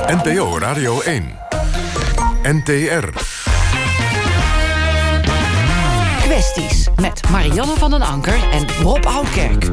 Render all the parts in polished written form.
NPO Radio 1. NTR. Kwesties met Marianne van den Anker en Rob Oudkerk.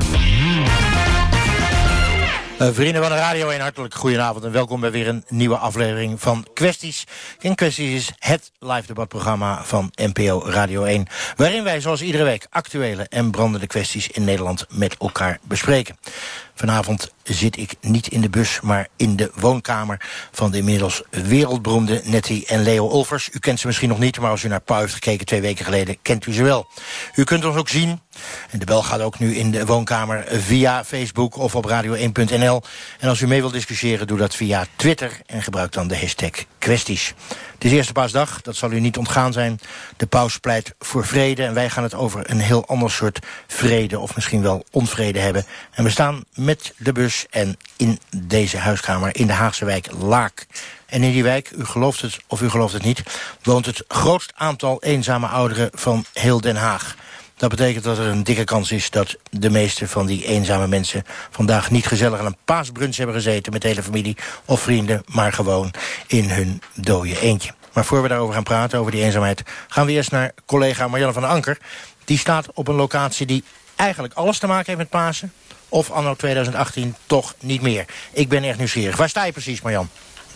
Vrienden van de Radio 1, hartelijk goedenavond en welkom bij weer een nieuwe aflevering van Kwesties. En Kwesties is het live debatprogramma van NPO Radio 1... waarin wij zoals iedere week actuele en brandende kwesties in Nederland met elkaar bespreken. Vanavond zit ik niet in de bus, maar in de woonkamer van de inmiddels wereldberoemde Nettie en Leo Olvers. U kent ze misschien nog niet, maar als u naar Pauw heeft gekeken 2 weken geleden, kent u ze wel. U kunt ons ook zien. En de bel gaat ook nu in de woonkamer via Facebook of op radio1.nl. En als u mee wilt discussiëren, doe dat via Twitter en gebruik dan de hashtag kwesties. Het is Eerste Paasdag, dat zal u niet ontgaan zijn. De paus pleit voor vrede en wij gaan het over een heel ander soort vrede of misschien wel onvrede hebben. En we staan met de bus en in deze huiskamer in de Haagse wijk Laak. En in die wijk, u gelooft het of u gelooft het niet, woont het grootst aantal eenzame ouderen van heel Den Haag. Dat betekent dat er een dikke kans is dat de meeste van die eenzame mensen vandaag niet gezellig aan een paasbrunch hebben gezeten met de hele familie of vrienden, maar gewoon in hun dode eentje. Maar voor we daarover gaan praten, over die eenzaamheid, gaan we eerst naar collega Marianne van den Anker. Die staat op een locatie die eigenlijk alles te maken heeft met Pasen, of anno 2018 toch niet meer. Ik ben echt nieuwsgierig. Waar sta je precies, Marianne?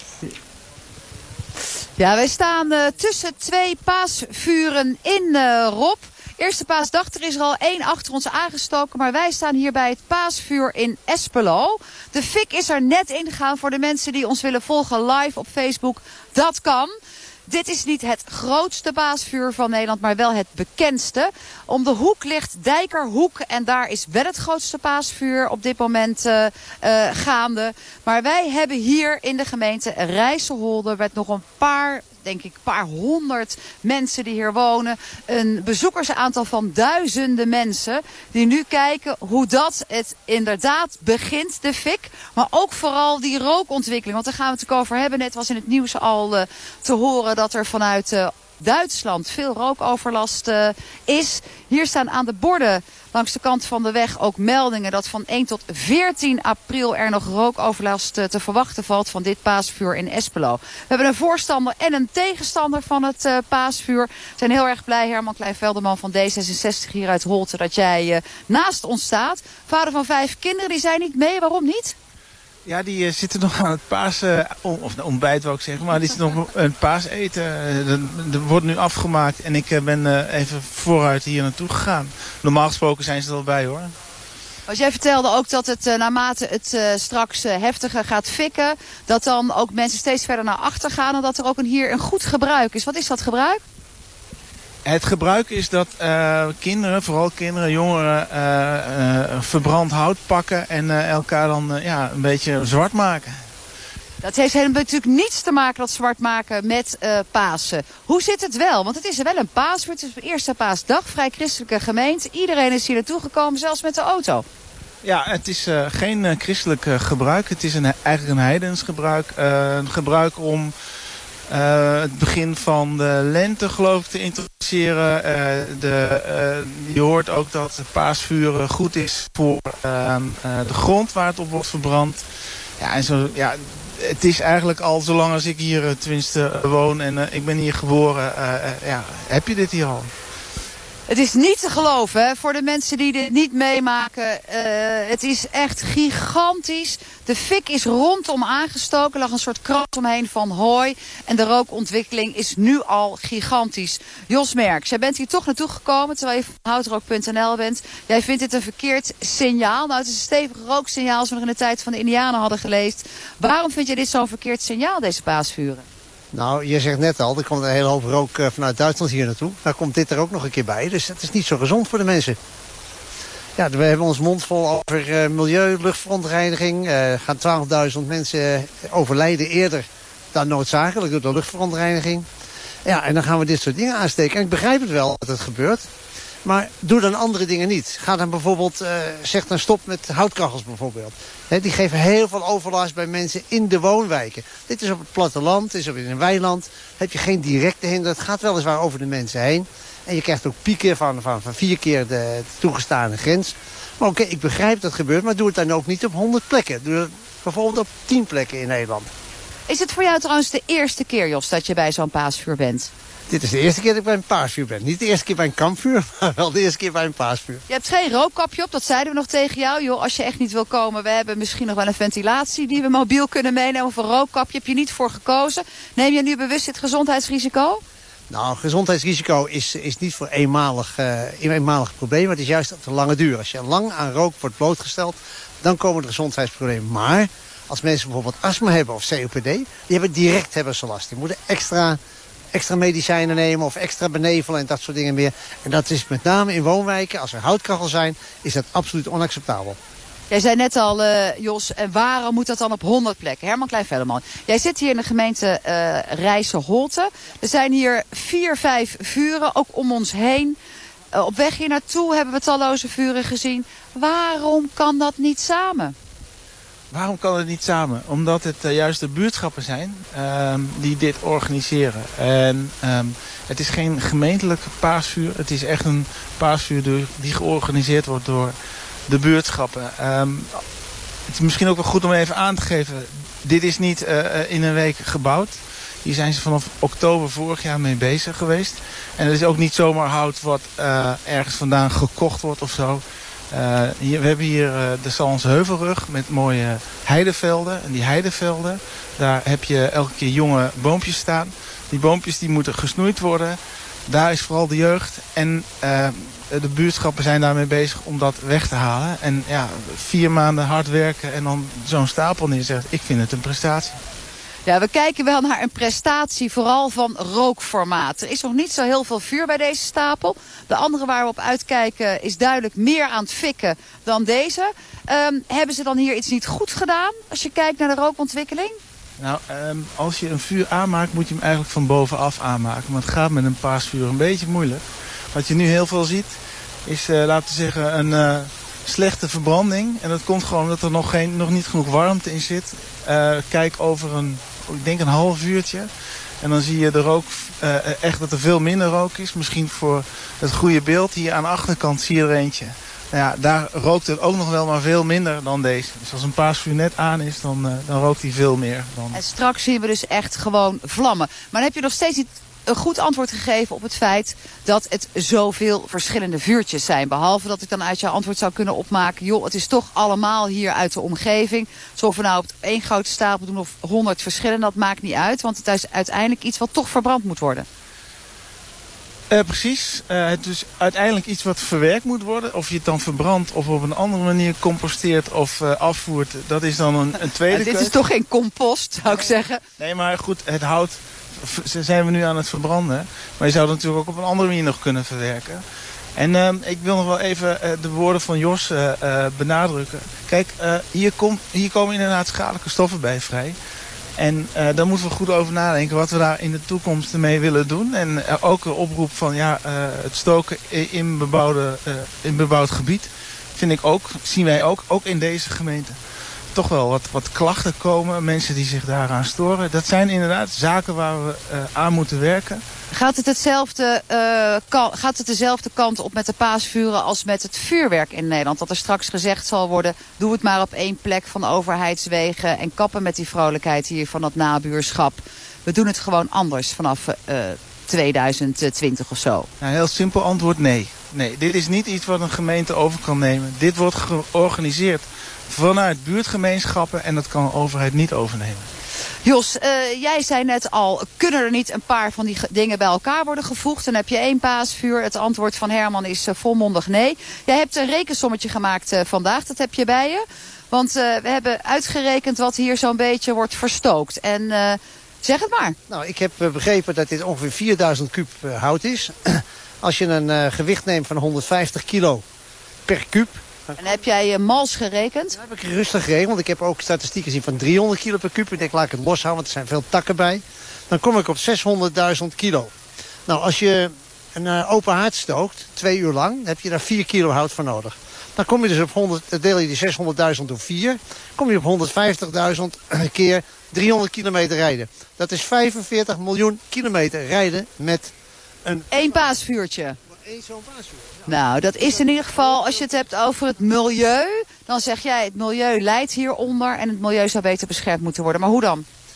Ja, wij staan tussen 2 paasvuren in Rob. Eerste paasdag, er is er al 1 achter ons aangestoken, maar wij staan hier bij het paasvuur in Espelo. De fik is er net ingegaan voor de mensen die ons willen volgen live op Facebook. Dat kan. Dit is niet het grootste paasvuur van Nederland, maar wel het bekendste. Om de hoek ligt Dijkerhoek en daar is wel het grootste paasvuur op dit moment gaande. Maar wij hebben hier in de gemeente Rijsselholde met nog een paar honderd mensen die hier wonen. Een bezoekersaantal van duizenden mensen die nu kijken hoe dat het inderdaad begint, de fik. Maar ook vooral die rookontwikkeling. Want daar gaan we het ook over hebben. Net was in het nieuws al te horen dat er vanuit Duitsland veel rookoverlast is. Hier staan aan de borden langs de kant van de weg ook meldingen dat van 1 tot 14 april er nog rookoverlast te verwachten valt van dit paasvuur in Espelo. We hebben een voorstander en een tegenstander van het paasvuur. We zijn heel erg blij, Herman Klein-Velderman van D66 hier uit Holte, dat jij naast ons staat. Vader van 5 kinderen, die zijn niet mee. Waarom niet? Ja, die zitten nog aan het ontbijt wou ik zeggen, maar die zitten nog een paaseten. Er wordt nu afgemaakt en ik ben even vooruit hier naartoe gegaan. Normaal gesproken zijn ze er al bij, hoor. Want jij vertelde ook dat het naarmate het straks heftiger gaat fikken, dat dan ook mensen steeds verder naar achter gaan en dat er ook hier een goed gebruik is. Wat is dat gebruik? Het gebruik is dat kinderen, vooral kinderen, jongeren, verbrand hout pakken en elkaar dan een beetje zwart maken. Dat heeft natuurlijk niets te maken, dat zwart maken, met Pasen. Hoe zit het wel? Want het is wel een paasvuur, het is de eerste paasdag, vrij christelijke gemeente. Iedereen is hier naartoe gekomen, zelfs met de auto. Ja, het is geen christelijk gebruik. Het is eigenlijk een heidens gebruik. Een gebruik om het begin van de lente, geloof ik, te introduceren. Je hoort ook dat het paasvuur goed is voor de grond waar het op wordt verbrand. Ja, en zo, ja, het is eigenlijk al zolang als ik hier tenminste woon en ik ben hier geboren, heb je dit hier al. Het is niet te geloven, hè, voor de mensen die dit niet meemaken. Het is echt gigantisch. De fik is rondom aangestoken. Er lag een soort krat omheen van hooi. En de rookontwikkeling is nu al gigantisch. Jos Merks, jij bent hier toch naartoe gekomen terwijl je van houtrook.nl bent. Jij vindt dit een verkeerd signaal. Nou, het is een stevig rooksignaal als we nog in de tijd van de Indianen hadden geleefd. Waarom vind je dit zo'n verkeerd signaal, deze paasvuren? Nou, je zegt net al, er komt een hele hoop rook vanuit Duitsland hier naartoe. Daar komt dit er ook nog een keer bij, dus het is niet zo gezond voor de mensen. Ja, we hebben ons mond vol over milieu, luchtverontreiniging. Gaan 12.000 mensen overlijden eerder dan noodzakelijk door de luchtverontreiniging. Ja, en dan gaan we dit soort dingen aansteken. En ik begrijp het wel dat het gebeurt. Maar doe dan andere dingen niet. Ga dan bijvoorbeeld, zeg dan stop met houtkachels bijvoorbeeld. Die geven heel veel overlast bij mensen in de woonwijken. Dit is op het platteland, dit is op in een weiland. Heb je geen directe hinder. Het gaat weliswaar over de mensen heen. En je krijgt ook pieken van 4 keer de toegestane grens. Maar oké, ik begrijp dat gebeurt, maar doe het dan ook niet op 100 plekken. Doe het bijvoorbeeld op 10 plekken in Nederland. Is het voor jou trouwens de eerste keer, Jos, dat je bij zo'n paasvuur bent? Dit is de eerste keer dat ik bij een paasvuur ben. Niet de eerste keer bij een kampvuur, maar wel de eerste keer bij een paasvuur. Je hebt geen rookkapje op, dat zeiden we nog tegen jou. Joh, als je echt niet wil komen, we hebben misschien nog wel een ventilatie die we mobiel kunnen meenemen. Of een rookkapje, heb je niet voor gekozen. Neem je nu bewust dit gezondheidsrisico? Nou, gezondheidsrisico is niet voor eenmalig probleem. Maar het is juist op de lange duur. Als je lang aan rook wordt blootgesteld, dan komen er gezondheidsproblemen. Maar als mensen bijvoorbeeld astma hebben of COPD, die hebben direct ze last. Die moeten extra medicijnen nemen of extra benevelen en dat soort dingen meer. En dat is met name in woonwijken, als er houtkachels zijn, is dat absoluut onacceptabel. Jij zei net al, Jos, en waarom moet dat dan op 100 plekken? Herman Klein-Velleman, jij zit hier in de gemeente Rijsse-Holte. Er zijn hier 4-5 vuren, ook om ons heen. Op weg hier naartoe hebben we talloze vuren gezien. Waarom kan dat niet samen? Waarom kan het niet samen? Omdat het juist de buurtschappen zijn die dit organiseren. En het is geen gemeentelijk paasvuur. Het is echt een paasvuur die georganiseerd wordt door de buurtschappen. Het is misschien ook wel goed om even aan te geven. Dit is niet in een week gebouwd. Hier zijn ze vanaf oktober vorig jaar mee bezig geweest. En het is ook niet zomaar hout wat ergens vandaan gekocht wordt of zo. We hebben hier de Sallandse Heuvelrug met mooie heidevelden. En die heidevelden, daar heb je elke keer jonge boompjes staan. Die boompjes die moeten gesnoeid worden. Daar is vooral de jeugd en de buurtschappen zijn daarmee bezig om dat weg te halen. En ja, 4 maanden hard werken en dan zo'n stapel neerzetten. Ik vind het een prestatie. Ja, we kijken wel naar een prestatie, vooral van rookformaat. Er is nog niet zo heel veel vuur bij deze stapel. De andere waar we op uitkijken is duidelijk meer aan het fikken dan deze. Hebben ze dan hier iets niet goed gedaan als je kijkt naar de rookontwikkeling? Nou, als je een vuur aanmaakt moet je hem eigenlijk van bovenaf aanmaken. Maar het gaat met een paasvuur een beetje moeilijk. Wat je nu heel veel ziet is, laten we zeggen, een slechte verbranding. En dat komt gewoon omdat er nog niet genoeg warmte in zit. Kijk over ik denk een half uurtje. En dan zie je de rook, echt dat er veel minder rook is. Misschien voor het goede beeld. Hier aan de achterkant zie je er eentje. Nou ja, daar rookt het ook nog wel, maar veel minder dan deze. Dus als een paasvuur net aan is, dan rookt hij veel meer. En straks zien we dus echt gewoon vlammen. Maar dan heb je nog steeds niet een goed antwoord gegeven op het feit dat het zoveel verschillende vuurtjes zijn. Behalve dat ik dan uit jouw antwoord zou kunnen opmaken, joh, het is toch allemaal hier uit de omgeving. Of we nou op 1 grote stapel doen of 100 verschillende, dat maakt niet uit. Want het is uiteindelijk iets wat toch verbrand moet worden. Precies. Het is uiteindelijk iets wat verwerkt moet worden. Of je het dan verbrandt of op een andere manier composteert of afvoert, dat is dan een tweede keuze. Dit is toch geen compost, zou ik zeggen? Nee, maar goed, het hout zijn we nu aan het verbranden. Maar je zou het natuurlijk ook op een andere manier nog kunnen verwerken. En ik wil nog wel even de woorden van Jos benadrukken. Kijk, hier komen inderdaad schadelijke stoffen bij vrij. En daar moeten we goed over nadenken wat we daar in de toekomst mee willen doen. En ook een oproep van het stoken in bebouwd gebied zien wij ook in deze gemeente. Toch wel wat klachten komen, mensen die zich daaraan storen. Dat zijn inderdaad zaken waar we aan moeten werken. Gaat het dezelfde kant op met de paasvuren als met het vuurwerk in Nederland? Dat er straks gezegd zal worden, doe het maar op 1 plek van overheidswegen en kappen met die vrolijkheid hier van dat nabuurschap. We doen het gewoon anders vanaf 2020 of zo. Nou, een heel simpel antwoord, nee. Nee, dit is niet iets wat een gemeente over kan nemen. Dit wordt georganiseerd vanuit buurtgemeenschappen en dat kan een overheid niet overnemen. Jos, jij zei net al, kunnen er niet een paar van die dingen bij elkaar worden gevoegd? Dan heb je 1 paasvuur. Het antwoord van Herman is volmondig nee. Jij hebt een rekensommetje gemaakt vandaag, dat heb je bij je. Want we hebben uitgerekend wat hier zo'n beetje wordt verstookt. En zeg het maar. Nou, ik heb begrepen dat dit ongeveer 4000 kuub hout is. Als je een gewicht neemt van 150 kilo per kuub. En heb jij mals gerekend? Dat heb ik rustig gerekend, want ik heb ook statistieken gezien van 300 kilo per kuub. Ik denk, laat ik het loshouden, want er zijn veel takken bij. Dan kom ik op 600.000 kilo. Nou, als je een open haard stookt, 2 uur lang, dan heb je daar 4 kilo hout voor nodig. Dan kom je dus op deel je die 600.000 door 4, kom je op 150.000 keer 300 kilometer rijden. Dat is 45 miljoen kilometer rijden met een 1 paasvuurtje. Eén zo'n paasvuur. Nou, dat is in ieder geval, als je het hebt over het milieu, dan zeg jij het milieu lijdt hieronder en het milieu zou beter beschermd moeten worden. Maar hoe dan?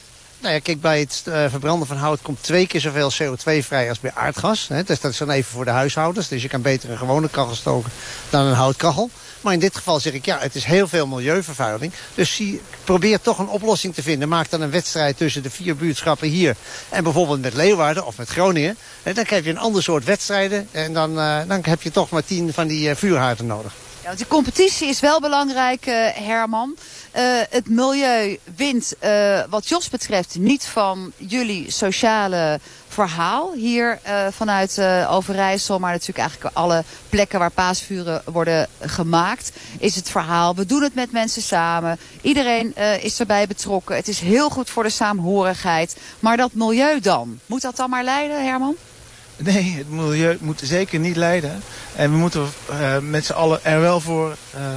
Nou ja, kijk, bij het verbranden van hout komt 2 keer zoveel CO2 vrij als bij aardgas. Hè. Dus dat is dan even voor de huishoudens. Dus je kan beter een gewone kachel stoken dan een houtkachel. Maar in dit geval zeg ik, ja, het is heel veel milieuvervuiling. Dus probeer toch een oplossing te vinden. Maak dan een wedstrijd tussen de 4 buurtschappen hier en bijvoorbeeld met Leeuwarden of met Groningen. En dan krijg je een ander soort wedstrijden. En dan heb je toch maar 10 van die vuurhaarden nodig. Ja, want die competitie is wel belangrijk, Herman. Het milieu wint wat Jos betreft niet van jullie sociale verhaal hier vanuit Overijssel, maar natuurlijk eigenlijk alle plekken waar paasvuren worden gemaakt, is het verhaal. We doen het met mensen samen. Iedereen is erbij betrokken. Het is heel goed voor de saamhorigheid. Maar dat milieu dan? Moet dat dan maar leiden, Herman? Nee, het milieu moet zeker niet lijden. En we moeten met z'n allen er wel voor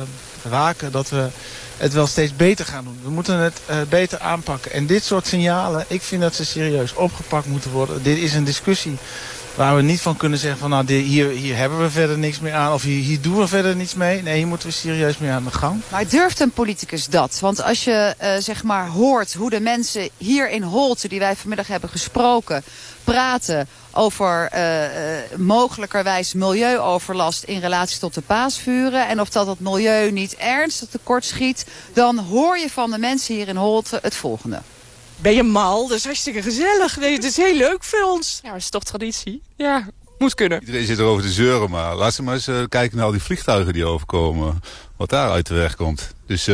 waken dat we het wel steeds beter gaan doen. We moeten het beter aanpakken. En dit soort signalen, ik vind dat ze serieus opgepakt moeten worden. Dit is een discussie waar we niet van kunnen zeggen van nou, hier hebben we verder niks meer aan of hier doen we verder niets mee. Nee, hier moeten we serieus mee aan de gang. Maar durft een politicus dat? Want als je zeg maar hoort hoe de mensen hier in Holte, die wij vanmiddag hebben gesproken, praten over mogelijkerwijs milieuoverlast in relatie tot de paasvuren en of dat milieu niet ernstig tekort schiet, dan hoor je van de mensen hier in Holte het volgende. Ben je mal? Dat is hartstikke gezellig. Nee, het is heel leuk voor ons. Ja, dat is toch traditie? Ja, moet kunnen. Iedereen zit erover te zeuren, maar laat ze maar eens kijken naar al die vliegtuigen die overkomen. Wat daar uit de weg komt. Dus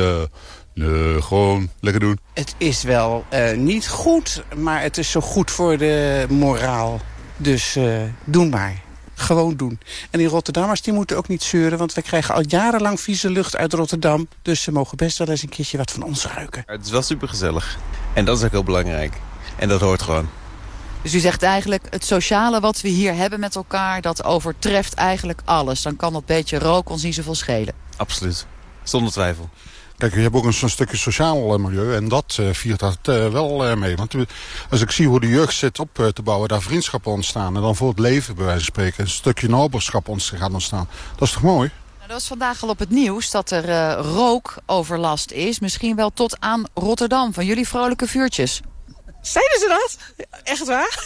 nee, gewoon lekker doen. Het is wel niet goed, maar het is zo goed voor de moraal. Dus doen maar. Gewoon doen. En die Rotterdammers die moeten ook niet zeuren, want we krijgen al jarenlang vieze lucht uit Rotterdam. Dus ze mogen best wel eens een keertje wat van ons ruiken. Het is wel supergezellig. En dat is ook heel belangrijk. En dat hoort gewoon. Dus u zegt eigenlijk, het sociale wat we hier hebben met elkaar, dat overtreft eigenlijk alles. Dan kan dat beetje rook ons niet zoveel schelen. Absoluut. Zonder twijfel. Kijk, je hebt ook een stukje sociaal milieu en dat viert dat wel mee. Want als ik zie hoe de jeugd zit op te bouwen, daar vriendschappen ontstaan. En dan voor het leven, bij wijze van spreken, een stukje naberschap gaat ontstaan. Dat is toch mooi? Nou, dat was vandaag al op het nieuws dat er rookoverlast is. Misschien wel tot aan Rotterdam van jullie vrolijke vuurtjes. Zeiden ze dat? Echt waar?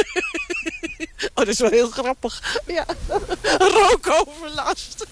Oh, dat is wel heel grappig. Ja, rookoverlast.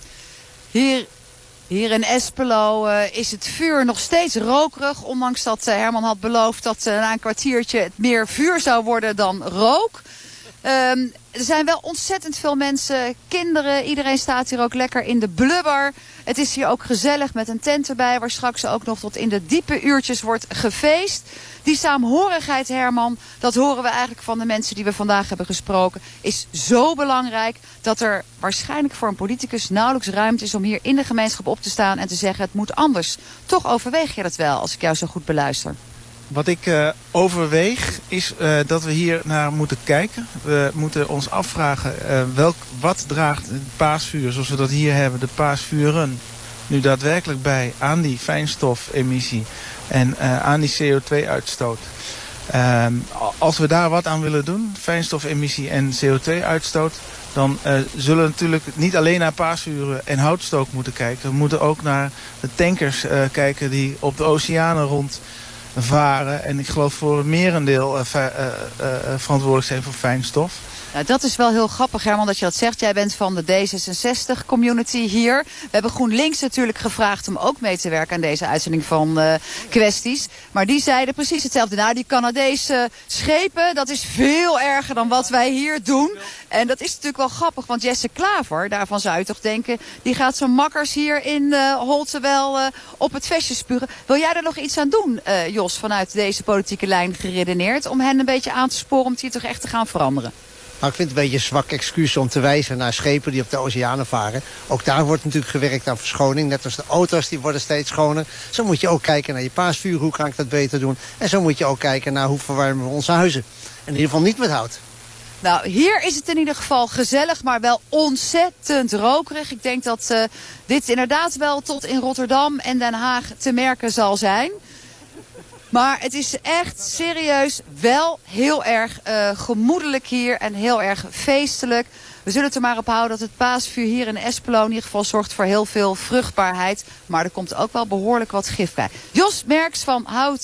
Hier in Espelo is het vuur nog steeds rokerig. Ondanks dat Herman had beloofd dat na een kwartiertje het meer vuur zou worden dan rook. Er zijn wel ontzettend veel mensen, kinderen. Iedereen staat hier ook lekker in de blubber. Het is hier ook gezellig met een tent erbij, waar straks ook nog tot in de diepe uurtjes wordt gefeest. Die saamhorigheid, Herman, dat horen we eigenlijk van de mensen die we vandaag hebben gesproken, is zo belangrijk dat er waarschijnlijk voor een politicus nauwelijks ruimte is om hier in de gemeenschap op te staan en te zeggen het moet anders. Toch overweeg je dat wel, als ik jou zo goed beluister. Wat ik overweeg is dat we hier naar moeten kijken. We moeten ons afvragen wat draagt het paasvuur zoals we dat hier hebben, de paasvuren, nu daadwerkelijk bij aan die fijnstofemissie en aan die CO2-uitstoot. Als we daar wat aan willen doen, fijnstofemissie en CO2-uitstoot, dan zullen we natuurlijk niet alleen naar paasvuren en houtstook moeten kijken. We moeten ook naar de tankers kijken die op de oceanen rondvaren. En ik geloof voor het merendeel verantwoordelijk zijn voor fijnstof. Nou, dat is wel heel grappig, Herman, dat je dat zegt. Jij bent van de D66-community hier. We hebben GroenLinks natuurlijk gevraagd om ook mee te werken aan deze uitzending van Kwesties. Maar die zeiden precies hetzelfde. Nou, die Canadese schepen, dat is veel erger dan wat wij hier doen. En dat is natuurlijk wel grappig, want Jesse Klaver, daarvan zou je toch denken, die gaat zijn makkers hier in Holte wel op het vestje spuren. Wil jij er nog iets aan doen, Jos, vanuit deze politieke lijn geredeneerd, om hen een beetje aan te sporen om het hier toch echt te gaan veranderen? Nou, ik vind het een beetje een zwak excuus om te wijzen naar schepen die op de oceanen varen. Ook daar wordt natuurlijk gewerkt aan verschoning. Net als de auto's, die worden steeds schoner. Zo moet je ook kijken naar je paasvuur, hoe kan ik dat beter doen. En zo moet je ook kijken naar hoe verwarmen we onze huizen. In ieder geval niet met hout. Nou, hier is het in ieder geval gezellig, maar wel ontzettend rokerig. Ik denk dat dit inderdaad wel tot in Rotterdam en Den Haag te merken zal zijn. Maar het is echt serieus wel heel erg gemoedelijk hier en heel erg feestelijk. We zullen het er maar op houden dat het paasvuur hier in Espelo in ieder geval zorgt voor heel veel vruchtbaarheid. Maar er komt ook wel behoorlijk wat gif bij. Jos Merks van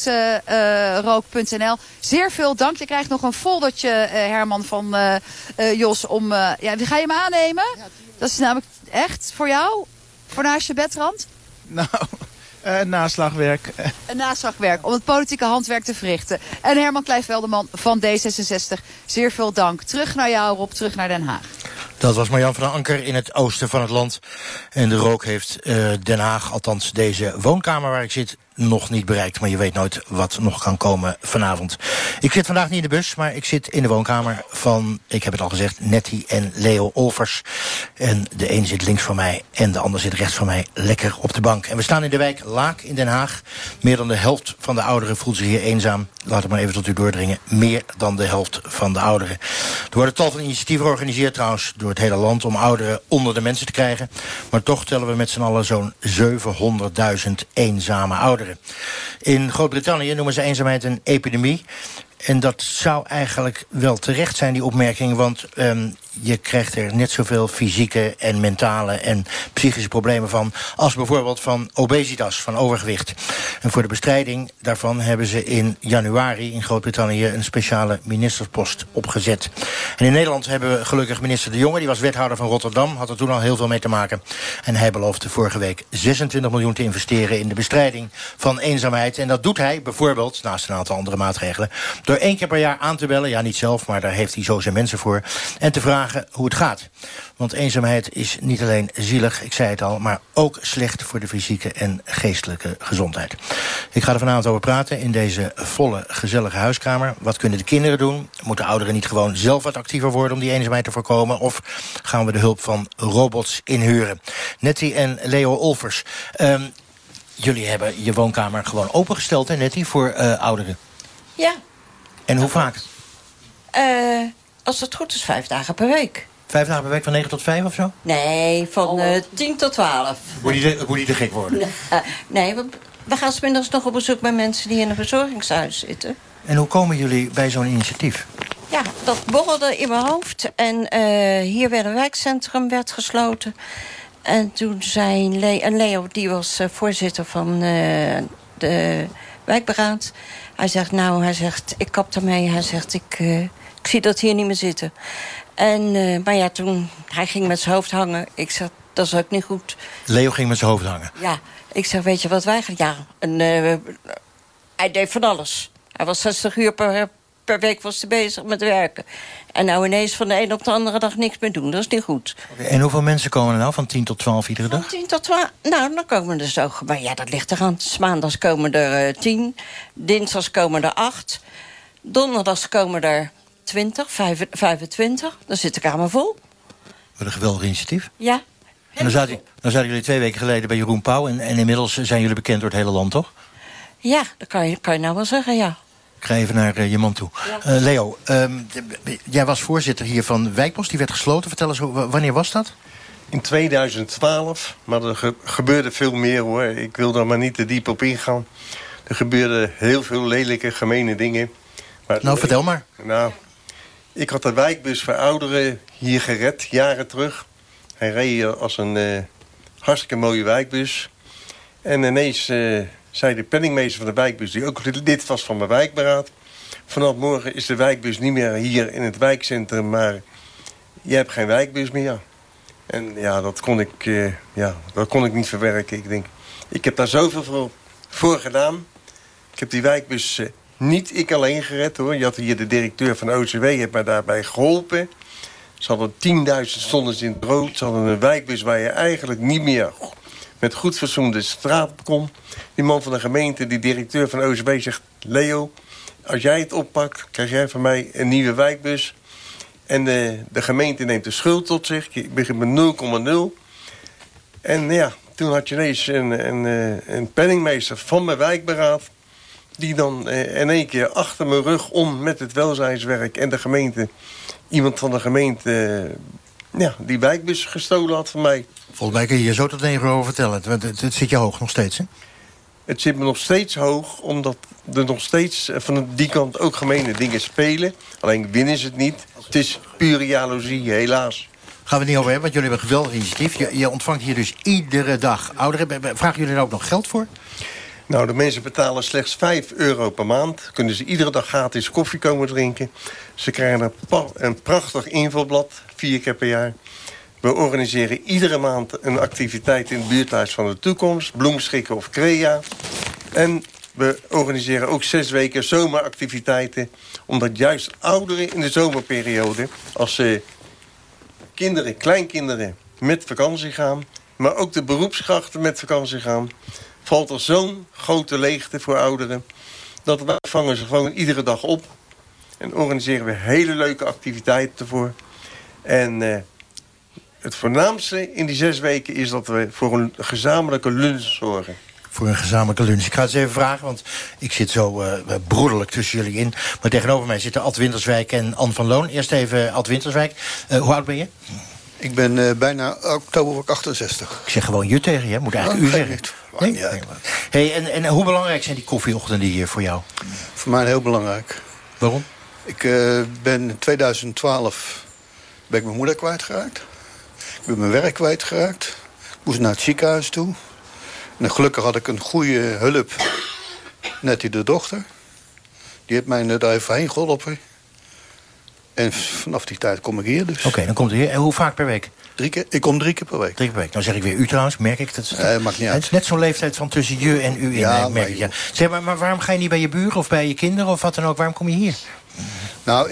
houtrook.nl. Zeer veel dank. Je krijgt nog een foldertje, Herman, van Jos. Ga je hem aannemen? Dat is namelijk echt voor jou? Voor naast je bedrand? Nou, naslagwerk. Een naslagwerk om het politieke handwerk te verrichten. En Herman Kleijvelderman van D66. Zeer veel dank. Terug naar jou, Rob. Terug naar Den Haag. Dat was Marjan van den Anker in het oosten van het land. En de rook heeft Den Haag, althans deze woonkamer waar ik zit, nog niet bereikt. Maar je weet nooit wat nog kan komen vanavond. Ik zit vandaag niet in de bus, maar ik zit in de woonkamer van, ik heb het al gezegd, Nettie en Leo Olvers. En de een zit links van mij en de ander zit rechts van mij lekker op de bank. En we staan in de wijk Laak in Den Haag. Meer dan de helft van de ouderen voelt zich hier eenzaam. Laat het maar even tot u doordringen. Meer dan de helft van de ouderen. Er worden tal van initiatieven georganiseerd trouwens door het hele land om ouderen onder de mensen te krijgen. Maar toch tellen we met z'n allen zo'n 700.000 eenzame ouderen. In Groot-Brittannië noemen ze eenzaamheid een epidemie. En dat zou eigenlijk wel terecht zijn, die opmerking. Want je krijgt er net zoveel fysieke en mentale en psychische problemen van als bijvoorbeeld van obesitas, van overgewicht. En voor de bestrijding daarvan hebben ze in januari in Groot-Brittannië een speciale ministerspost opgezet. En in Nederland hebben we gelukkig minister De Jonge, die was wethouder van Rotterdam, had er toen al heel veel mee te maken. En hij beloofde vorige week 26 miljoen te investeren in de bestrijding van eenzaamheid. En dat doet hij bijvoorbeeld, naast een aantal andere maatregelen, door 1 keer per jaar aan te bellen, ja niet zelf, maar daar heeft hij zo zijn mensen voor, en te vragen hoe het gaat. Want eenzaamheid is niet alleen zielig, ik zei het al, maar ook slecht voor de fysieke en geestelijke gezondheid. Ik ga er vanavond over praten in deze volle, gezellige huiskamer. Wat kunnen de kinderen doen? Moeten ouderen niet gewoon zelf wat actiever worden om die eenzaamheid te voorkomen? Of gaan we de hulp van robots inhuren? Nettie en Leo Olvers, jullie hebben je woonkamer gewoon opengesteld, hè, Nettie, voor ouderen? Ja. En hoe vaak? Als het goed is, 5 dagen per week. 5 dagen per week van 9 tot 5 of zo? Nee, van 10 tot 12. Moet die te gek worden? Nee, we gaan 's middags nog op bezoek bij mensen die in een verzorgingshuis zitten. En hoe komen jullie bij zo'n initiatief? Ja, dat borrelde in mijn hoofd. En hier werd een wijkcentrum gesloten. En toen zei Leo, die was voorzitter van de wijkberaad. Hij zegt, ik kap ermee. Hij zegt, ik zie dat hier niet meer zitten. Maar ja, toen hij ging met zijn hoofd hangen. Ik zeg, dat is ook niet goed. Leo ging met zijn hoofd hangen? Ja, ik zeg, weet je wat wij gaan? Ja, hij deed van alles. Hij was 60 uur per week was hij bezig met werken. En nou ineens van de een op de andere dag niks meer doen. Dat is niet goed. Okay, en hoeveel mensen komen er nou van 10 tot 12 iedere dag? Van 10 tot 12? Nou, dan komen er zo. Maar ja, dat ligt eraan. 's Maandags komen er 10. Dinsdags komen er 8. Donderdags komen er 20, 25. Dan zit de kamer vol. Wat een geweldig initiatief. Ja. En dan zaten jullie 2 weken geleden bij Jeroen Pauw. En inmiddels zijn jullie bekend door het hele land, toch? Ja, dat kan je nou wel zeggen, ja. Ik ga even naar je man toe. Ja. Leo, jij was voorzitter hier van Wijkbos. Die werd gesloten. Vertel eens, wanneer was dat? In 2012. Maar er gebeurde veel meer, hoor. Ik wil daar maar niet te diep op ingaan. Er gebeurden heel veel lelijke, gemene dingen. Maar vertel maar. Nou, ik had de wijkbus voor ouderen hier gered, jaren terug. Hij reed als een hartstikke mooie wijkbus. En ineens zei de penningmeester van de wijkbus, die ook lid was van mijn wijkberaad, vanaf morgen is de wijkbus niet meer hier in het wijkcentrum, maar je hebt geen wijkbus meer. En ja, dat kon ik niet verwerken. Ik denk, ik heb daar zoveel voor gedaan. Ik heb die wijkbus niet ik alleen gered, hoor. Je had hier de directeur van OCW, heeft mij daarbij geholpen. Ze hadden 10.000 stonden in het rood. Ze hadden een wijkbus waar je eigenlijk niet meer met goed fatsoen de straat op kon. Die man van de gemeente, die directeur van OCW, zegt, Leo, als jij het oppakt, krijg jij van mij een nieuwe wijkbus. En de gemeente neemt de schuld tot zich. Ik begin met 0,0. En ja, toen had je ineens een penningmeester van mijn wijkberaad, die dan in één keer achter mijn rug om met het welzijnswerk en de gemeente, iemand van de gemeente, die wijkbus gestolen had van mij. Volgens mij kun je hier zo tot 9 uur over vertellen. Het zit je hoog nog steeds, hè? Het zit me nog steeds hoog, omdat er nog steeds van die kant ook gemene dingen spelen. Alleen winnen ze het niet. Het is pure jaloezie, helaas. Gaan we het niet over hebben, want jullie hebben een geweldig initiatief. Je ontvangt hier dus iedere dag ouderen. Vragen jullie daar ook nog geld voor? Nou, de mensen betalen slechts €5 per maand. Kunnen ze iedere dag gratis koffie komen drinken. Ze krijgen een prachtig invulblad, 4 keer per jaar. We organiseren iedere maand een activiteit in het buurthuis van de toekomst. Bloemschikken of crea. En we organiseren ook 6 weken zomeractiviteiten. Omdat juist ouderen in de zomerperiode, als ze kleinkinderen met vakantie gaan, maar ook de beroepskrachten met vakantie gaan, valt er zo'n grote leegte voor ouderen, dat wij vangen ze gewoon iedere dag op. En organiseren we hele leuke activiteiten ervoor. En het voornaamste in die 6 weken is dat we voor een gezamenlijke lunch zorgen. Voor een gezamenlijke lunch. Ik ga het eens even vragen, want ik zit zo broederlijk tussen jullie in. Maar tegenover mij zitten Ad Winterswijk en Anne van Loon. Eerst even Ad Winterswijk. Hoe oud ben je? Ik ben bijna oktober 68. Ik zeg gewoon je tegen je, moet eigenlijk u zeggen. Nee? Hey, en hoe belangrijk zijn die koffieochtenden hier voor jou? Voor mij heel belangrijk. Waarom? Ik ben in 2012 ben ik mijn moeder kwijtgeraakt. Ik ben mijn werk kwijtgeraakt. Ik moest naar het ziekenhuis toe. En gelukkig had ik een goede hulp. Nettie de dochter. Die heeft mij daar even heen geholpen. En vanaf die tijd kom ik hier dus. Oké, dan komt u hier. En hoe vaak per week? 3 keer. Ik kom 3 keer per week. 3 keer per week. Nou zeg ik weer u trouwens, merk ik dat. Maakt niet uit. Het is net zo'n leeftijd van tussen je en u in. Ja, merk ik, ja. Zeg, maar waarom ga je niet bij je buren of bij je kinderen of wat dan ook? Waarom kom je hier? Nou,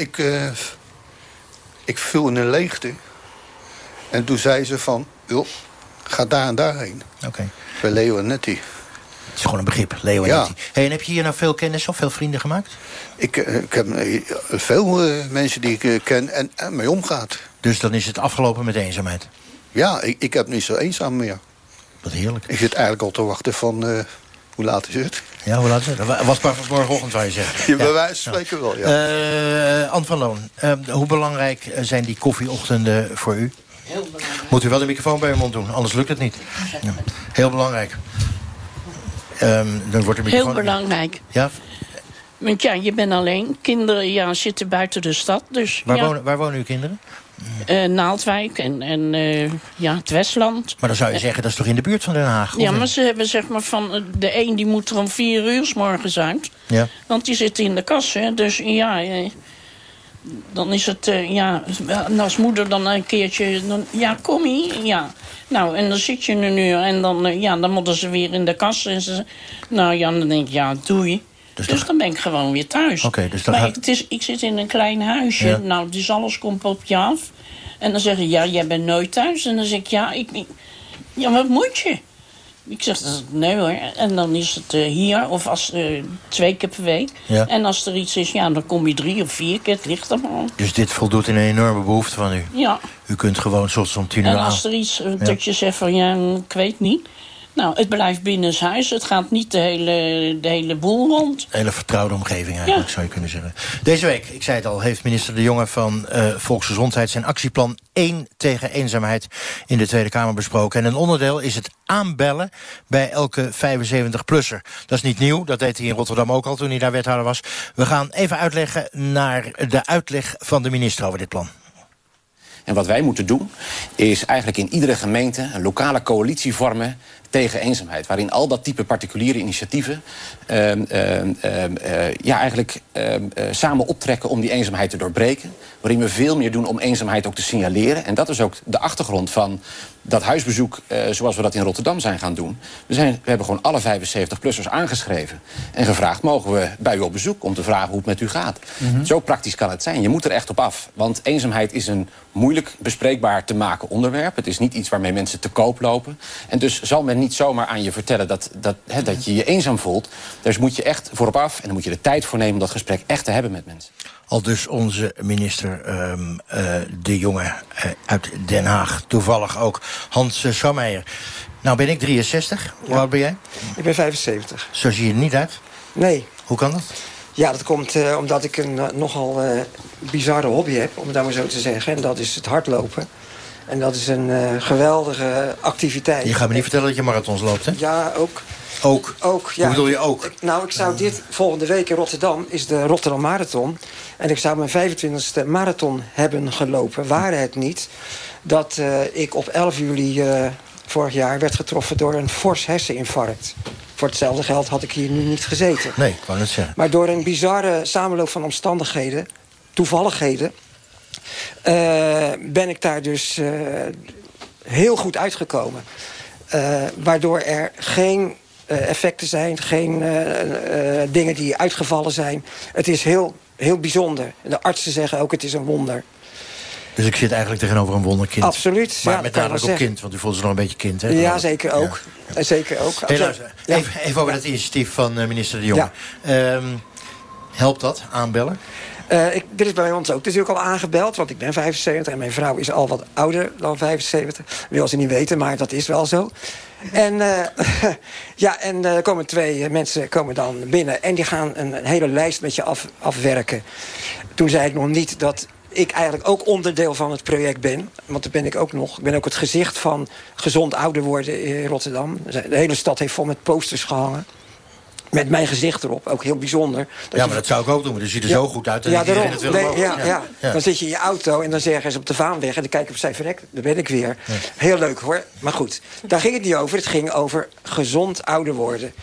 ik viel in een leegte. En toen zei ze van, joh, ga daar en daarheen. Oké. Bij Leo en Nettie. Het is gewoon een begrip, Leo en Nettie. Hey, en heb je hier nou veel kennis of veel vrienden gemaakt? Ik heb veel mensen die ik ken en mee omgaat. Dus dan is het afgelopen met eenzaamheid? Ja, ik heb niet zo eenzaam meer. Wat heerlijk. Ik zit eigenlijk al te wachten van, hoe laat is het? Ja, hoe laat is het? Dat was pas morgenochtend, zou je zeggen. Ja, bij wijze van spreken wel, ja. Anne van Loon, hoe belangrijk zijn die koffieochtenden voor u? Heel belangrijk. Moet u wel de microfoon bij uw mond doen, anders lukt het niet. Ja. Heel belangrijk. Dan wordt de microfoon... Heel belangrijk. Ja? Want ja, je bent alleen. Kinderen zitten buiten de stad. Dus, waar wonen uw kinderen? Naaldwijk en het Westland. Maar dan zou je zeggen, dat is toch in de buurt van Den Haag? Ja, maar ze hebben zeg maar van... De een die moet er om 4 uur 's morgens uit. Ja. Want die zit in de kas, hè. Dus ja... dan is het, als moeder dan een keertje... kom ie, ja. Nou, en dan zit je een uur en dan moeten ze weer in de kast. En dan denk ik, doei. Dus dan ben ik gewoon weer thuis. Okay, dus dan maar ik zit in een klein huisje. Ja. Nou, dus alles komt op je af. En dan zeggen ze, jij bent nooit thuis. En dan zeg ik, wat moet je? Ik zeg, nee hoor. En dan is het hier, of 2 keer per week. Ja. En als er iets is, dan kom je 3 of 4 keer. Het ligt er maar. Dus dit voldoet in een enorme behoefte van u? Ja. U kunt gewoon soms om 10 uur aan. En als er iets dat je zegt van, ik weet niet. Nou, het blijft binnenshuis. Het gaat niet de hele boel rond. Een hele vertrouwde omgeving eigenlijk, zou je kunnen zeggen. Deze week, ik zei het al, heeft minister De Jonge van Volksgezondheid zijn actieplan 1 tegen eenzaamheid in de Tweede Kamer besproken. En een onderdeel is het aanbellen bij elke 75-plusser. Dat is niet nieuw, dat deed hij in Rotterdam ook al toen hij daar wethouder was. We gaan even uitleggen naar de uitleg van de minister over dit plan. En wat wij moeten doen, is eigenlijk in iedere gemeente een lokale coalitie vormen tegen eenzaamheid. Waarin al dat type particuliere initiatieven samen optrekken om die eenzaamheid te doorbreken. Waarin we veel meer doen om eenzaamheid ook te signaleren. En dat is ook de achtergrond van dat huisbezoek zoals we dat in Rotterdam zijn gaan doen. We hebben gewoon alle 75-plussers aangeschreven. En gevraagd, mogen we bij u op bezoek om te vragen hoe het met u gaat. Mm-hmm. Zo praktisch kan het zijn. Je moet er echt op af. Want eenzaamheid is een moeilijk bespreekbaar te maken onderwerp. Het is niet iets waarmee mensen te koop lopen. En dus zal men niet zomaar aan je vertellen dat je je eenzaam voelt. Dus moet je echt voorop af en dan moet je de tijd voor nemen om dat gesprek echt te hebben met mensen. Al dus onze minister De Jonge uit Den Haag. Toevallig ook Hans Sammeijer. Nou ben ik 63. Hoe oud ben jij? Ik ben 75. Zo zie je er niet uit? Nee. Hoe kan dat? Ja, dat komt omdat ik een nogal bizarre hobby heb, om het maar zo te zeggen. En dat is het hardlopen. En dat is een geweldige activiteit. Je gaat me niet vertellen dat je marathons loopt, hè? Ja, ook. Ook? Ook, ja. Hoe bedoel je ook? Ik zou dit volgende week in Rotterdam, is de Rotterdam Marathon. En ik zou mijn 25e marathon hebben gelopen. Waren het niet dat ik op 11 juli vorig jaar werd getroffen door een fors herseninfarct. Voor hetzelfde geld had ik hier nu niet gezeten. Nee, ik wou net zeggen. Maar door een bizarre samenloop van omstandigheden, toevalligheden, ben ik daar dus heel goed uitgekomen. Waardoor er geen effecten zijn, geen dingen die uitgevallen zijn. Het is heel, heel bijzonder. De artsen zeggen ook, het is een wonder. Dus ik zit eigenlijk tegenover een wonderkind. Absoluut. Maar ja, met nadruk op kind, want u voelt zich nog een beetje kind, hè? Ja, zeker ook. Ja. Zeker ook. Hey, luister, even over het initiatief van minister De Jonge. Ja. Helpt dat, aanbellen? Er is bij ons ook natuurlijk al aangebeld, want ik ben 75 en mijn vrouw is al wat ouder dan 75. Wil ze niet weten, maar dat is wel zo. En er komen 2 mensen dan binnen en die gaan een hele lijst met je afwerken. Toen zei ik nog niet dat ik eigenlijk ook onderdeel van het project ben. Want dat ben ik ook nog. Ik ben ook het gezicht van gezond ouder worden in Rotterdam. De hele stad heeft vol met posters gehangen. Met mijn gezicht erop, ook heel bijzonder. Maar dat zou ik ook doen, maar dus ziet er zo goed uit. En iedereen het wil Dan zit je in je auto en dan zeggen ze op de Vaanweg en dan kijk je op zijn verrek, daar ben ik weer. Ja. Heel leuk hoor, maar goed. Daar ging het niet over, het ging over gezond ouder worden.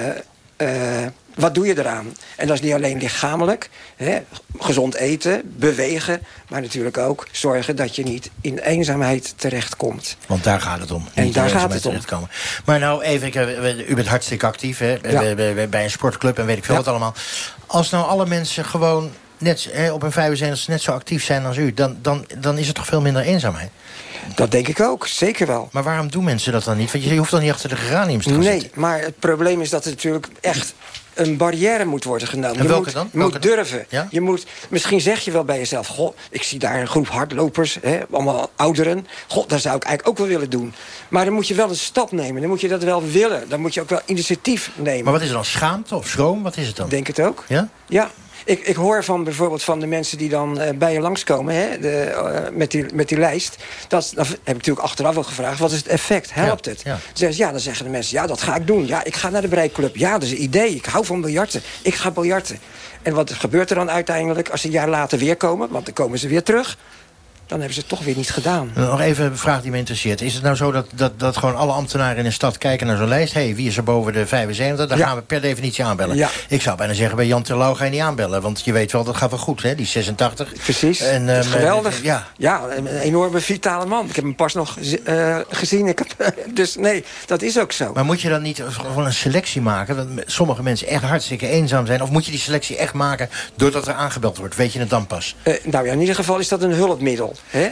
Wat doe je eraan? En dat is niet alleen lichamelijk, gezond eten, bewegen, maar natuurlijk ook zorgen dat je niet in eenzaamheid terechtkomt. Want daar gaat het om. En daar gaat het om. Maar nou even, u bent hartstikke actief bij een sportclub en weet ik veel wat allemaal. Als nou alle mensen gewoon net op hun 75 net zo actief zijn als u, dan is er toch veel minder eenzaamheid? Dat denk ik ook, zeker wel. Maar waarom doen mensen dat dan niet? Want je hoeft dan niet achter de geraniums te gaan zitten. Nee, maar het probleem is dat er natuurlijk echt een barrière moet worden genomen. En welke dan? Je moet durven. Ja? Misschien zeg je wel bij jezelf, goh, ik zie daar een groep hardlopers, allemaal ouderen. Goh, dat zou ik eigenlijk ook wel willen doen. Maar dan moet je wel een stap nemen. Dan moet je dat wel willen. Dan moet je ook wel initiatief nemen. Maar wat is er dan? Schaamte of schroom? Wat is het dan? Denk het ook. Ja? Ja. Ik hoor bijvoorbeeld van de mensen die dan bij je langskomen met die lijst. Dat heb ik natuurlijk achteraf wel gevraagd. Wat is het effect? Helpt het? Ja. Dan zeggen de mensen, dat ga ik doen. Ja, ik ga naar de breikclub. Ja, dat is een idee. Ik hou van biljarten. Ik ga biljarten. En wat gebeurt er dan uiteindelijk als ze een jaar later weer komen? Want dan komen ze weer terug. Dan hebben ze het toch weer niet gedaan. Nog even een vraag die me interesseert. Is het nou zo dat gewoon alle ambtenaren in een stad kijken naar zo'n lijst? Wie is er boven de 75? Dan gaan we per definitie aanbellen. Ja. Ik zou bijna zeggen, bij Jan Terlouw ga je niet aanbellen. Want je weet wel, dat gaat wel goed, hè? Die 86. Precies, dat is geweldig. Ja, een enorme vitale man. Ik heb hem pas nog gezien. Dus nee, dat is ook zo. Maar moet je dan niet gewoon een selectie maken? Dat sommige mensen echt hartstikke eenzaam zijn. Of moet je die selectie echt maken doordat er aangebeld wordt? Weet je het dan pas? In ieder geval is dat een hulpmiddel.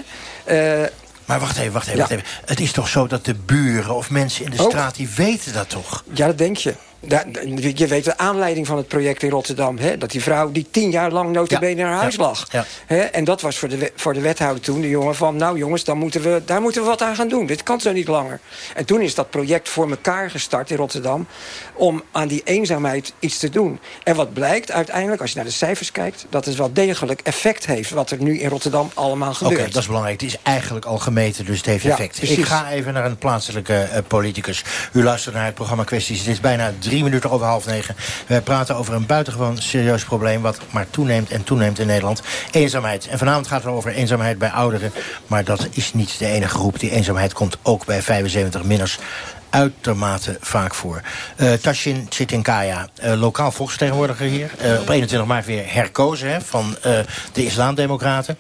Maar wacht even. Het is toch zo dat de buren of mensen in de straat, die weten dat toch? Ja, dat denk je. Je weet de aanleiding van het project in Rotterdam. Dat die vrouw die 10 jaar lang nota bene in haar huis lag. Ja. En dat was voor de wethouder toen, de jongen van, nou jongens, daar moeten we wat aan gaan doen. Dit kan zo niet langer. En toen is dat project voor elkaar gestart in Rotterdam om aan die eenzaamheid iets te doen. En wat blijkt uiteindelijk, als je naar de cijfers kijkt, dat het wel degelijk effect heeft wat er nu in Rotterdam allemaal gebeurt. Oké, dat is belangrijk. Het is eigenlijk al gemeten, dus het heeft effect. Precies. Ik ga even naar een plaatselijke politicus. U luistert naar het programma Kwesties. Het is bijna 3 minuten over 8:30. We praten over een buitengewoon serieus probleem wat maar toeneemt en toeneemt in Nederland. Eenzaamheid. En vanavond gaat het over eenzaamheid bij ouderen. Maar dat is niet de enige groep. Die eenzaamheid komt ook bij 75-minners uitermate vaak voor. Tashin Chitinkaya, lokaal volksvertegenwoordiger hier. Op 21 maart weer herkozen van de Islamdemocraten.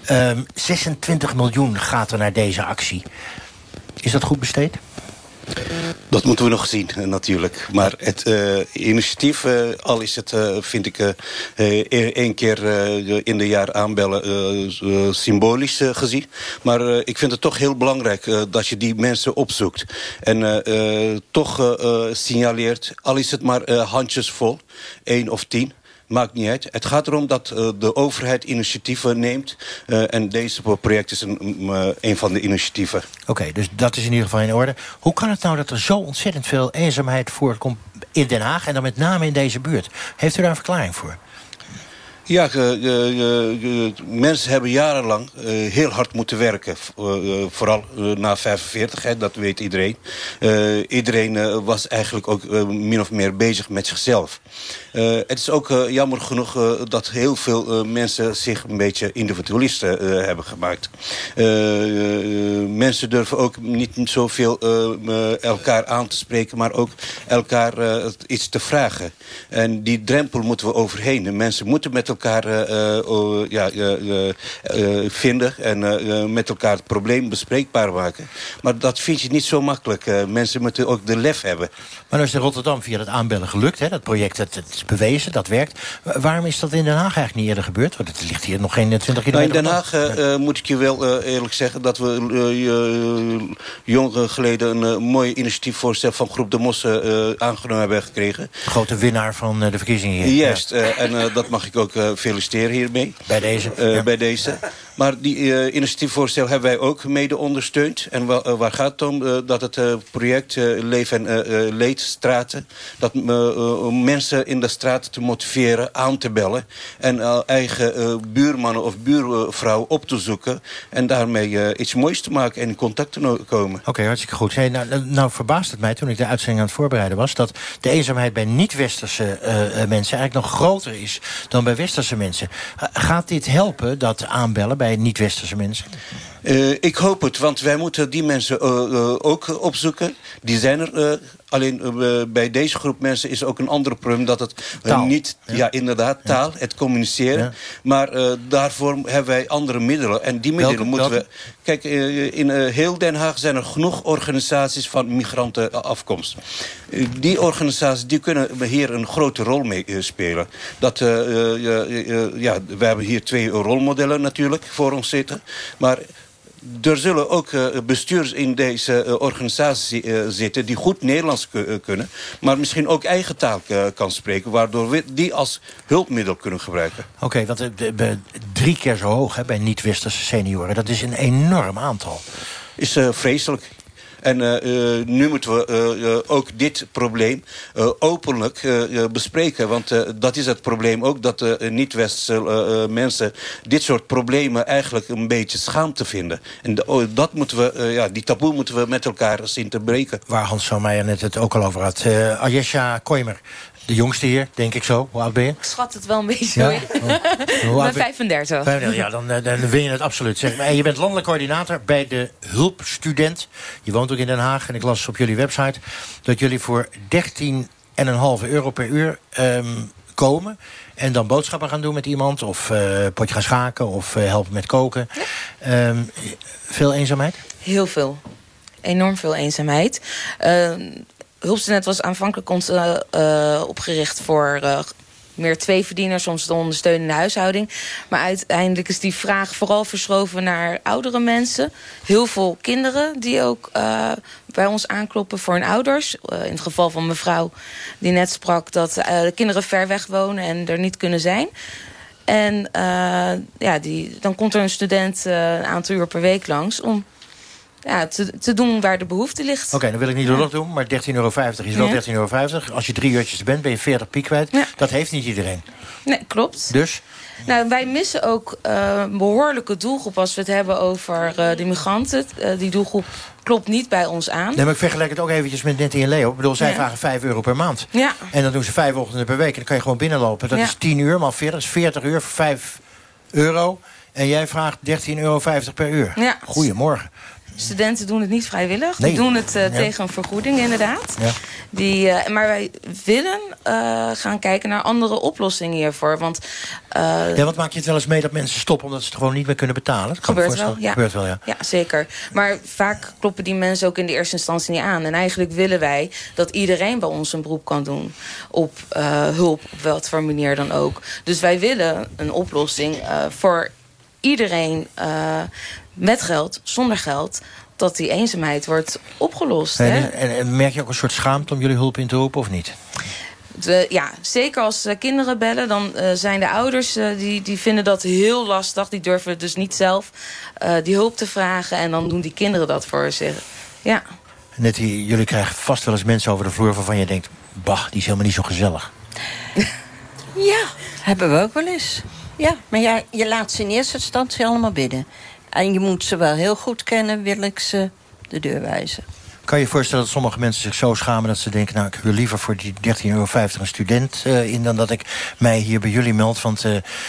26 miljoen gaat er naar deze actie. Is dat goed besteed? Dat moeten we nog zien, natuurlijk. Maar het initiatief, al is het, vind ik, 1 keer in de jaar aanbellen symbolisch gezien. Maar ik vind het toch heel belangrijk dat je die mensen opzoekt. En toch signaleert, al is het maar handjesvol, 1 of 10... Maakt niet uit. Het gaat erom dat de overheid initiatieven neemt. En deze project is een van de initiatieven. Oké, dus dat is in ieder geval in orde. Hoe kan het nou dat er zo ontzettend veel eenzaamheid voortkomt in Den Haag en dan met name in deze buurt? Heeft u daar een verklaring voor? Ja, mensen hebben jarenlang heel hard moeten werken. Vooral na 45, hè, dat weet iedereen. Iedereen was eigenlijk ook min of meer bezig met zichzelf. Het is ook jammer genoeg dat heel veel mensen zich een beetje individualisten hebben gemaakt. Mensen durven ook niet zoveel elkaar aan te spreken, maar ook elkaar iets te vragen. En die drempel moeten we overheen. De mensen moeten met elkaar vinden en met elkaar het probleem bespreekbaar maken. Maar dat vind je niet zo makkelijk. Mensen moeten ook de lef hebben. Maar nu is in Rotterdam via het aanbellen gelukt. Hè? Dat project, het is bewezen, dat werkt. Waarom is dat in Den Haag eigenlijk niet eerder gebeurd? Want het ligt hier nog geen 20 kilometer. In Den Haag moet ik je wel eerlijk zeggen dat we jaren geleden een mooi initiatiefvoorstel van Groep de Mossen aangenomen hebben gekregen. Grote winnaar van de verkiezingen hier. Juist, en dat mag ik ook feliciteren hiermee. Bij deze? Bij deze. Maar die initiatiefvoorstel hebben wij ook mede ondersteund. En waar gaat het om? Dat het project Leef en Leedstraten, dat mensen in de straat te motiveren aan te bellen en eigen buurmannen of buurvrouw op te zoeken en daarmee iets moois te maken en in contact te komen. Oké, hartstikke goed. Hey, nou verbaast het mij toen ik de uitzending aan het voorbereiden was dat de eenzaamheid bij niet-westerse mensen eigenlijk nog groter is dan bij westerse mensen. Gaat dit helpen, dat aanbellen bij niet-westerse mensen? Ik hoop het, want wij moeten die mensen ook opzoeken. Die zijn er. Alleen bij deze groep mensen is ook een ander probleem dat het niet... Ja, inderdaad, taal, het communiceren. Ja. Maar daarvoor hebben wij andere middelen. En die middelen moeten we... Kijk, in heel Den Haag zijn er genoeg organisaties van migrantenafkomst. Die organisaties die kunnen hier een grote rol mee spelen. We hebben hier 2 rolmodellen natuurlijk voor ons zitten. Maar er zullen ook bestuurders in deze organisatie zitten die goed Nederlands kunnen, maar misschien ook eigen taal kan spreken, waardoor we die als hulpmiddel kunnen gebruiken. Oké, want 3 keer zo hoog bij niet-westerse senioren, dat is een enorm aantal. Is vreselijk. En nu moeten we ook dit probleem openlijk bespreken. Want dat is het probleem ook, dat niet-westerse mensen dit soort problemen eigenlijk een beetje schaamte vinden. En dat moeten we, die taboe moeten we met elkaar zien te breken. Waar Hans van Meijer net het ook al over had. Ajesha Koimer, de jongste hier, denk ik zo. Hoe oud ben je? Ik schat het wel een beetje. Ja? Ik ben 35. Ja, dan win je het absoluut. Zeg maar. En je bent landelijk coördinator bij de Hulpstudent. Je woont ook in Den Haag. En ik las op jullie website dat jullie voor €13,5 per uur komen. En dan boodschappen gaan doen met iemand. Of potje gaan schaken. Of helpen met koken. Ja. Veel eenzaamheid? Heel veel. Enorm veel eenzaamheid. Hulpstudent was aanvankelijk opgericht voor meer 2 verdieners, soms de ondersteunende huishouding. Maar uiteindelijk is die vraag vooral verschoven naar oudere mensen. Heel veel kinderen die ook bij ons aankloppen voor hun ouders. In het geval van mevrouw die net sprak dat de kinderen ver weg wonen en er niet kunnen zijn. En dan komt er een student een aantal uur per week langs om te doen waar de behoefte ligt. Oké, dan wil ik niet lullig doen, maar €13,50 is wel €13,50. Als je 3 uurtjes er bent, ben je 40 piek kwijt. Ja. Dat heeft niet iedereen. Nee, klopt. Dus? Nou, wij missen ook een behoorlijke doelgroep als we het hebben over de migranten. Die doelgroep klopt niet bij ons aan. Nee, maar ik vergelijk het ook eventjes met Nettie en Leo. Ik bedoel, zij vragen €5 per maand. Ja. En dan doen ze 5 ochtenden per week. En dan kan je gewoon binnenlopen. Dat is 10 uur, maar 40 is 40 uur voor €5. En jij vraagt €13,50 per uur. Ja. Goedemorgen. Studenten doen het niet vrijwillig. Nee. Die doen het tegen een vergoeding, inderdaad. Ja. Maar wij willen gaan kijken naar andere oplossingen hiervoor. Want maak je het wel eens mee dat mensen stoppen omdat ze het gewoon niet meer kunnen betalen? Dat gebeurt wel, ja. Gebeurt wel, ja. Ja, zeker. Maar vaak kloppen die mensen ook in de eerste instantie niet aan. En eigenlijk willen wij dat iedereen bij ons een beroep kan doen op hulp, op wat voor manier dan ook. Dus wij willen een oplossing voor iedereen met geld, zonder geld, dat die eenzaamheid wordt opgelost. En merk je ook een soort schaamte om jullie hulp in te roepen of niet? Zeker als kinderen bellen, dan zijn de ouders die vinden dat heel lastig. Die durven dus niet zelf die hulp te vragen en dan doen die kinderen dat voor zich. Ja. Nettie, jullie krijgen vast wel eens mensen over de vloer waarvan je denkt, bah, die is helemaal niet zo gezellig. Ja, hebben we ook wel eens. Ja, maar je laat ze in eerste instantie allemaal binnen. En je moet ze wel heel goed kennen, wil ik ze de deur wijzen. Kan je je voorstellen dat sommige mensen zich zo schamen dat ze denken, nou, ik wil liever voor die €13,50 een student in dan dat ik mij hier bij jullie meld. Want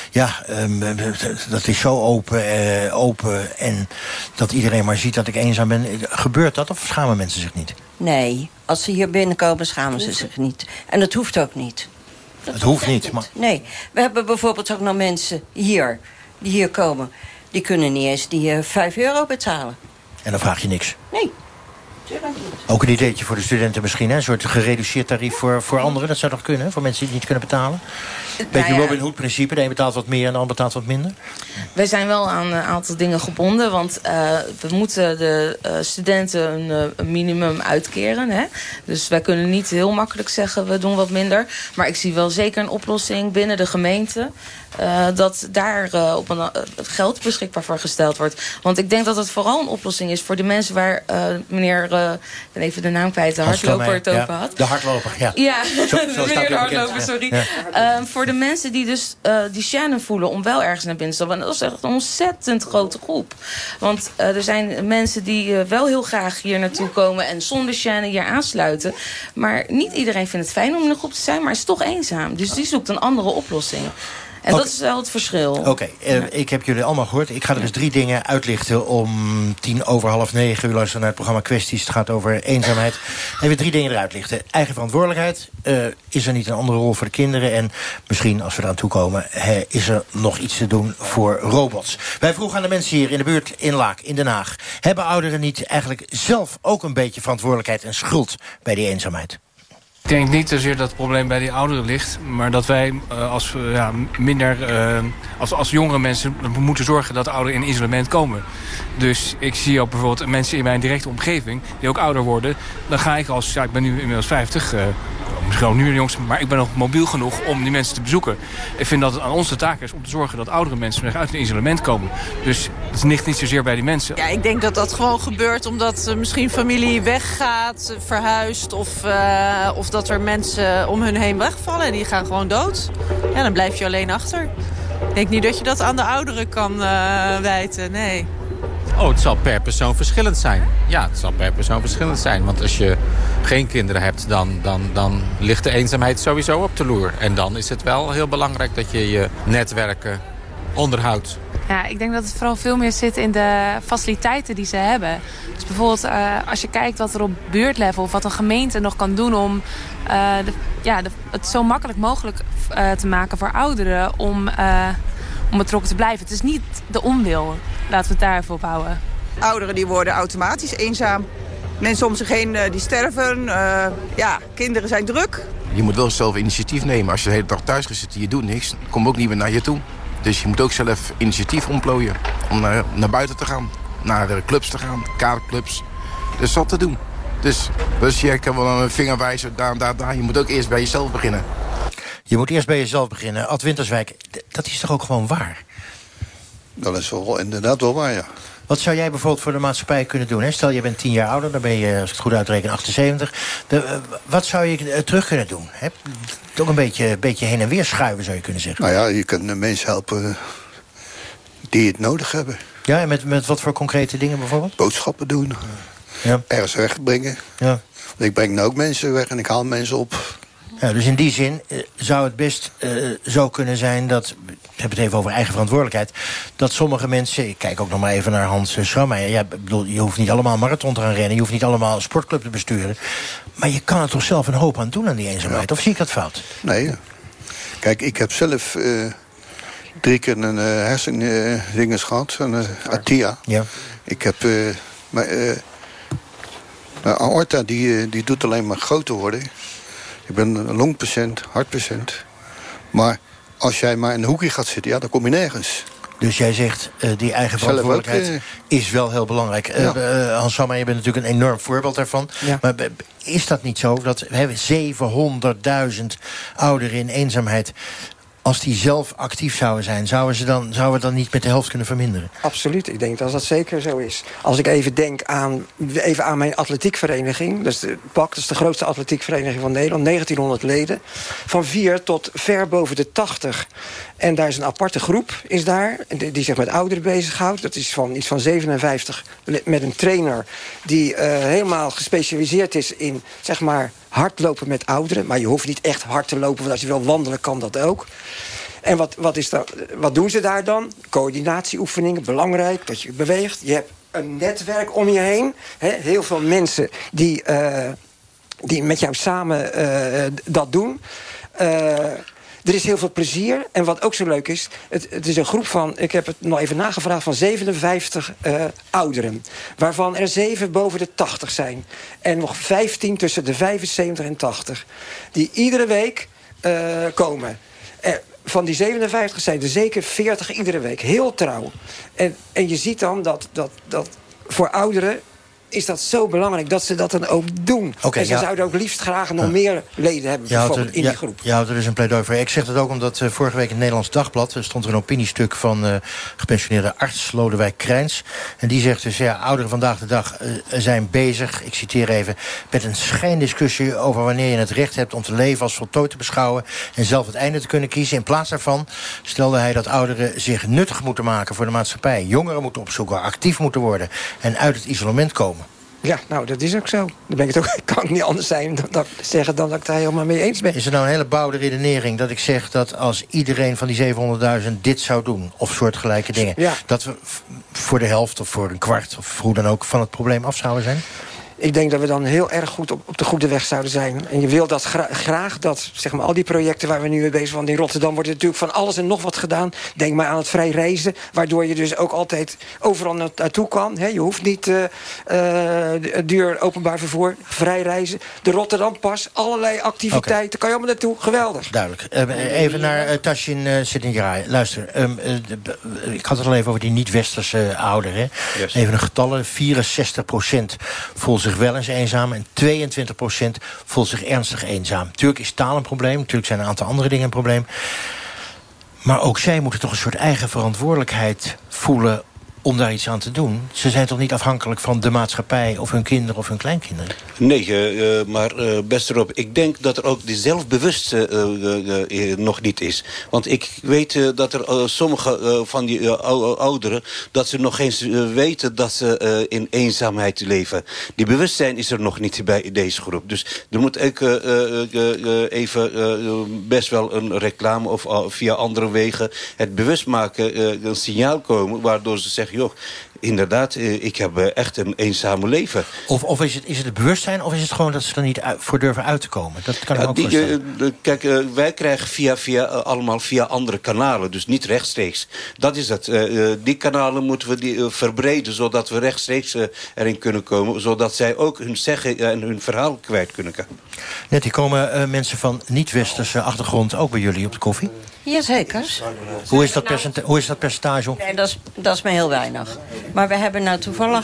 dat is zo open en dat iedereen maar ziet dat ik eenzaam ben. Gebeurt dat of schamen mensen zich niet? Nee, als ze hier binnenkomen schamen ze zich niet. En dat hoeft ook niet. Het hoeft niet, maar... Nee, we hebben bijvoorbeeld ook nog mensen hier, die hier komen. Die kunnen niet eens die €5 betalen. En dan vraag je niks? Nee. Ook een ideetje voor de studenten misschien, hè? Een soort gereduceerd tarief voor anderen. Dat zou toch kunnen, voor mensen die het niet kunnen betalen? Beetje Robin Hood-principe, de een betaalt wat meer en de ander betaalt wat minder. Wij zijn wel aan een aantal dingen gebonden. Want we moeten de studenten een minimum uitkeren. Hè? Dus wij kunnen niet heel makkelijk zeggen, we doen wat minder. Maar ik zie wel zeker een oplossing binnen de gemeente. Dat daar op een geld beschikbaar voor gesteld wordt. Want ik denk dat het vooral een oplossing is voor de mensen waar meneer, ik ben even de naam kwijt, de hardloper het over had. De hardloper, ja. Ja, meneer de hardloper, sorry. Ja. Voor de mensen die dus die Shannon voelen om wel ergens naar binnen te stappen. En dat is echt een ontzettend grote groep. Want er zijn mensen die wel heel graag hier naartoe komen en zonder Shannon hier aansluiten. Maar niet iedereen vindt het fijn om in een groep te zijn, maar is toch eenzaam. Dus die zoekt een andere oplossing. En dat is wel het verschil. Oké, ik heb jullie allemaal gehoord. Ik ga er dus 3 dingen uitlichten om 9:10. U luistert naar het programma Kwesties. Het gaat over eenzaamheid. En weer 3 dingen eruit lichten. Eigen verantwoordelijkheid. Is er niet een andere rol voor de kinderen? En misschien, als we eraan toekomen, is er nog iets te doen voor robots? Wij vroegen aan de mensen hier in de buurt in Laak, in Den Haag. Hebben ouderen niet eigenlijk zelf ook een beetje verantwoordelijkheid en schuld bij die eenzaamheid? Ik denk niet zozeer dat het probleem bij die ouderen ligt, maar dat wij als jongere mensen moeten zorgen dat de ouderen in isolement komen. Dus ik zie ook bijvoorbeeld mensen in mijn directe omgeving die ook ouder worden. Dan ga ik ik ben nu inmiddels 50, misschien ook nu de jongste, maar ik ben nog mobiel genoeg om die mensen te bezoeken. Ik vind dat het aan ons de taak is om te zorgen dat oudere mensen uit een isolement komen. Dus het ligt niet zozeer bij die mensen. Ja, ik denk dat dat gewoon gebeurt omdat misschien familie weggaat, verhuist of dat er mensen om hun heen wegvallen en die gaan gewoon dood. Ja, dan blijf je alleen achter. Ik denk niet dat je dat aan de ouderen kan wijten, nee. Oh, het zal per persoon verschillend zijn. Ja, het zal per persoon verschillend zijn. Want als je geen kinderen hebt, dan ligt de eenzaamheid sowieso op de loer. En dan is het wel heel belangrijk dat je je netwerken onderhoudt. Ja, ik denk dat het vooral veel meer zit in de faciliteiten die ze hebben. Dus bijvoorbeeld als je kijkt wat er op buurtlevel of wat een gemeente nog kan doen om het zo makkelijk mogelijk te maken voor ouderen om betrokken te blijven. Het is niet de onwil. Laten we het daar even op houden. Ouderen die worden automatisch eenzaam. Mensen om zich heen die sterven. Kinderen zijn druk. Je moet wel zelf initiatief nemen. Als je de hele dag thuis gaat zitten, je doet niks, dan komt ook niet meer naar je toe. Dus je moet ook zelf initiatief ontplooien om naar buiten te gaan. Naar clubs te gaan, kaartclubs. Dus dat te doen. Dus je kan wel een vinger wijzen, daar. Je moet ook eerst bij jezelf beginnen. Je moet eerst bij jezelf beginnen. Ad Winterswijk, dat is toch ook gewoon waar? Dat is wel inderdaad wel waar, ja. Wat zou jij bijvoorbeeld voor de maatschappij kunnen doen? Hè? Stel, je bent 10 jaar ouder, dan ben je, als ik het goed uitreken, 78. Wat zou je terug kunnen doen? Hè? Toch een beetje heen en weer schuiven, zou je kunnen zeggen. Nou ja, je kunt de mensen helpen die het nodig hebben. Ja, en met wat voor concrete dingen bijvoorbeeld? Boodschappen doen. Ja. Ergens wegbrengen. Ja. Ik breng nou ook mensen weg en ik haal mensen op. Ja, dus in die zin zou het best zo kunnen zijn dat, we hebben het even over eigen verantwoordelijkheid, dat sommige mensen, ik kijk ook nog maar even naar Hans Schrammeijer, ja, bedoel, je hoeft niet allemaal marathon te gaan rennen, je hoeft niet allemaal een sportclub te besturen, maar je kan er toch zelf een hoop aan doen aan die eenzaamheid, of zie ik dat fout? Nee, kijk, ik heb zelf 3 keer een hersendinges gehad, een ATIA. Ja. Ik heb mijn aorta, die doet alleen maar groter worden. Ik ben een longpatiënt, hartpatiënt. Maar als jij maar in een hoekje gaat zitten, ja, dan kom je nergens. Dus jij zegt, die eigen verantwoordelijkheid is wel heel belangrijk. Ja. Hans Sammer, je bent natuurlijk een enorm voorbeeld daarvan. Ja. Maar is dat niet zo dat we hebben 700.000 ouderen in eenzaamheid Als die zelf actief zouden zijn, zouden we dan niet met de helft kunnen verminderen? Absoluut, ik denk dat dat zeker zo is. Als ik even denk aan mijn atletiekvereniging. Dat is de grootste atletiekvereniging van Nederland. 1900 leden. Van 4 tot ver boven de 80. En daar is een aparte groep is daar, die zich met ouderen bezighoudt. Dat is van iets van 57 met een trainer die helemaal gespecialiseerd is in, zeg maar, hardlopen met ouderen. Maar je hoeft niet echt hard te lopen, want als je wil wandelen kan dat ook. En wat doen ze daar dan? Coördinatieoefeningen, belangrijk, dat je beweegt. Je hebt een netwerk om je heen. Heel veel mensen die met jou samen dat doen. Er is heel veel plezier. En wat ook zo leuk is, het is een groep van, ik heb het nog even nagevraagd, van 57 ouderen. Waarvan er 7 boven de 80 zijn. En nog 15 tussen de 75 en 80. Die iedere week komen. Van die 57 zijn er zeker 40 iedere week. Heel trouw. En je ziet dan dat voor ouderen is dat zo belangrijk dat ze dat dan ook doen. En ze zouden ook liefst graag nog meer leden hebben, bijvoorbeeld in die groep. Ja, er is een pleidooi voor. Ik zeg dat ook omdat vorige week in het Nederlands Dagblad stond er een opiniestuk van gepensioneerde arts Lodewijk Krijns. En die zegt dus, ouderen vandaag de dag zijn bezig, ik citeer even, met een schijndiscussie over wanneer je het recht hebt om te leven als voltooid te beschouwen en zelf het einde te kunnen kiezen. In plaats daarvan stelde hij dat ouderen zich nuttig moeten maken voor de maatschappij. Jongeren moeten opzoeken, actief moeten worden en uit het isolement komen. Ja, nou, dat is ook zo. Dan ben ik het ook, kan ik niet anders zijn dan zeggen dan dat ik het daar helemaal mee eens ben. Is er nou een hele bouwde redenering dat ik zeg dat als iedereen van die 700.000 dit zou doen, of soortgelijke dingen, dat we voor de helft of voor een kwart of hoe dan ook van het probleem af zouden zijn? Ik denk dat we dan heel erg goed op de goede weg zouden zijn. En je wil dat graag dat, zeg maar, al die projecten waar we nu mee bezig zijn. In Rotterdam wordt er natuurlijk van alles en nog wat gedaan. Denk maar aan het vrij reizen, waardoor je dus ook altijd overal naartoe kan. Je hoeft niet duur openbaar vervoer, vrij reizen. De Rotterdampas, allerlei activiteiten, kan je allemaal naartoe. Geweldig. Duidelijk. Even naar Tashin Siddingraai. Luister, ik had het al even over die niet-westerse ouderen. Yes. Even een getallen, 64% voelt zich wel eens eenzaam en 22% voelt zich ernstig eenzaam. Natuurlijk is taal een probleem, natuurlijk zijn een aantal andere dingen een probleem. Maar ook zij moeten toch een soort eigen verantwoordelijkheid voelen om daar iets aan te doen. Ze zijn toch niet afhankelijk van de maatschappij of hun kinderen of hun kleinkinderen? Nee, maar best erop. Ik denk dat er ook die zelfbewustzijn nog niet is. Want ik weet dat er sommige van die ouderen, dat ze nog eens weten dat ze in eenzaamheid leven. Die bewustzijn is er nog niet bij deze groep. Dus er moet ook even best wel een reclame of via andere wegen het bewust maken, een signaal komen waardoor ze zeggen, joh, inderdaad, ik heb echt een eenzame leven. Of is het het bewustzijn, of is het gewoon dat ze er niet voor durven uit te komen? Dat kan ik ook voorstellen. Kijk, wij krijgen allemaal via andere kanalen, dus niet rechtstreeks. Dat is het. Die kanalen moeten we verbreden, zodat we rechtstreeks erin kunnen komen, zodat zij ook hun zeggen en hun verhaal kwijt kunnen. Net, hier komen mensen van niet-westerse achtergrond ook bij jullie op de koffie? Jazeker. Hoe is dat percentage? Nee, dat is maar heel weinig. Maar we hebben toevallig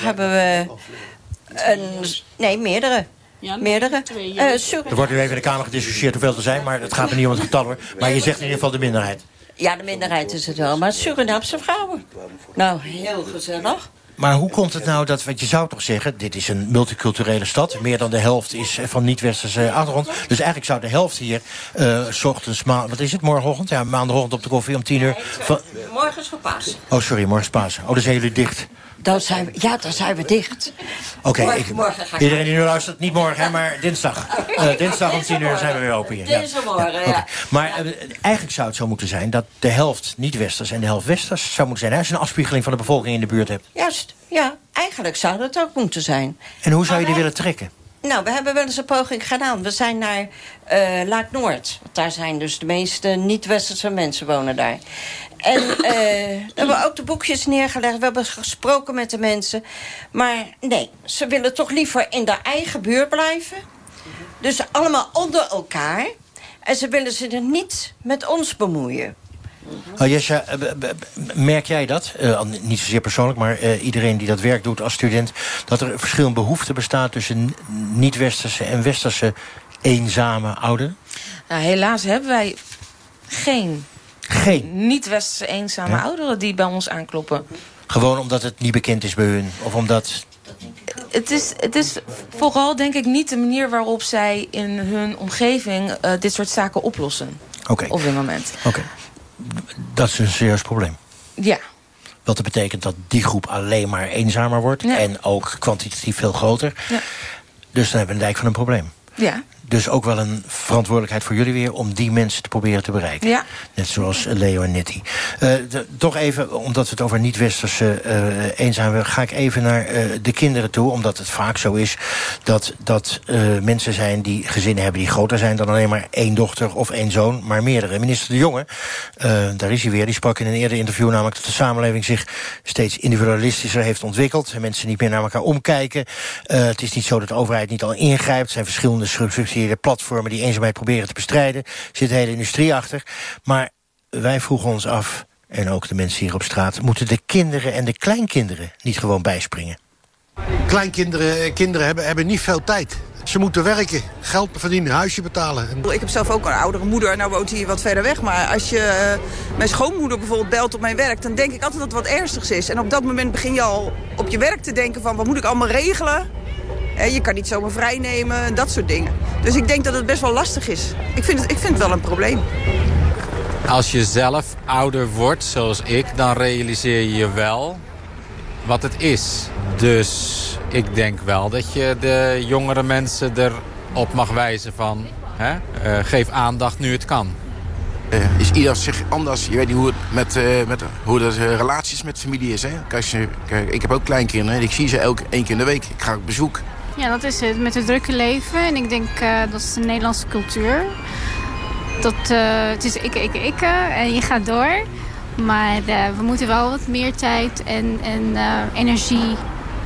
meerdere. Ja, meerdere. Er wordt nu even in de Kamer gediscussieerd hoeveel er zijn, maar het gaat er niet om het getal hoor. Maar je zegt in ieder geval de minderheid. Ja, de minderheid is het wel, maar Surinaamse vrouwen. Nou, heel gezellig. Maar hoe komt het nou dat, want je zou toch zeggen, dit is een multiculturele stad, meer dan de helft is van niet-westerse achtergrond. Dus eigenlijk zou de helft hier 's ochtends, wat is het, morgenochtend? Ja, maandagochtend op de koffie om 10 uur. Morgen is voor Pasen. Oh, sorry, morgen is Pasen. Oh, dan zijn jullie dicht. Dan zijn we dicht. Oké, iedereen die nu luistert, niet morgen, hè, maar dinsdag. Dinsdag om 10 uur zijn we weer open hier. Dinsdagmorgen, ja. Maar eigenlijk zou het zo moeten zijn dat de helft niet-westers en de helft westers zou moeten zijn. Als je een afspiegeling van de bevolking in de buurt hebt. Juist, ja. Eigenlijk zou dat ook moeten zijn. En hoe zou je die willen trekken? Nou, we hebben wel eens een poging gedaan. We zijn naar Laak-Noord. Daar zijn dus de meeste niet-westerse mensen wonen daar. En we hebben ook de boekjes neergelegd. We hebben gesproken met de mensen. Maar nee, ze willen toch liever in de eigen buurt blijven. Dus allemaal onder elkaar. En ze willen zich niet met ons bemoeien. Jesja, merk jij dat? Niet zozeer persoonlijk, maar iedereen die dat werk doet als student, dat er verschillende behoeften bestaat tussen niet-westerse en westerse eenzame ouderen? Nou, helaas hebben wij geen Geen? Niet-westerse eenzame ouderen die bij ons aankloppen. Gewoon omdat het niet bekend is bij hun? Of omdat... Het is vooral, denk ik, niet de manier waarop zij in hun omgeving dit soort zaken oplossen. Op dit moment. Dat is een serieus probleem. Ja. Wat dat betekent dat die groep alleen maar eenzamer wordt. Ja. En ook kwantitatief veel groter. Ja. Dus dan hebben we een dijk van een probleem. Ja. Dus ook wel een verantwoordelijkheid voor jullie weer om die mensen te proberen te bereiken. Ja. Net zoals Leo en Nettie. Toch even, omdat we het over niet-westerse eenzaam hebben, ga ik even naar de kinderen toe. Omdat het vaak zo is dat mensen zijn die gezinnen hebben die groter zijn dan alleen maar 1 dochter of 1 zoon, maar meerdere. Minister De Jonge, daar is hij weer, die sprak in een eerder interview namelijk dat de samenleving zich steeds individualistischer heeft ontwikkeld. En mensen niet meer naar elkaar omkijken. Het is niet zo dat de overheid niet al ingrijpt. Er zijn verschillende subsidieerde platformen die eenzaamheid proberen te bestrijden. Er zit een hele industrie achter. Maar wij vroegen ons af, en ook de mensen hier op straat, moeten de kinderen en de kleinkinderen niet gewoon bijspringen? Kinderen hebben niet veel tijd. Ze moeten werken, geld verdienen, huisje betalen. Ik heb zelf ook een oudere moeder, nou woont hij wat verder weg. Maar als je mijn schoonmoeder bijvoorbeeld belt op mijn werk, dan denk ik altijd dat het wat ernstigs is. En op dat moment begin je al op je werk te denken van, wat moet ik allemaal regelen? Je kan niet zomaar vrij nemen, dat soort dingen. Dus ik denk dat het best wel lastig is. Ik vind het wel een probleem. Als je zelf ouder wordt, zoals ik, dan realiseer je je wel wat het is. Dus ik denk wel dat je de jongere mensen erop mag wijzen van, geef aandacht nu het kan. Is ieder zich anders. Je weet niet hoe de relaties met familie is. Hè? Kijk, ik heb ook kleinkinderen. Ik zie ze elke 1 keer in de week. Ik ga op bezoek. Ja, dat is het. Met het drukke leven. En ik denk dat is de Nederlandse cultuur. Het is ik. En je gaat door. Maar we moeten wel wat meer tijd en energie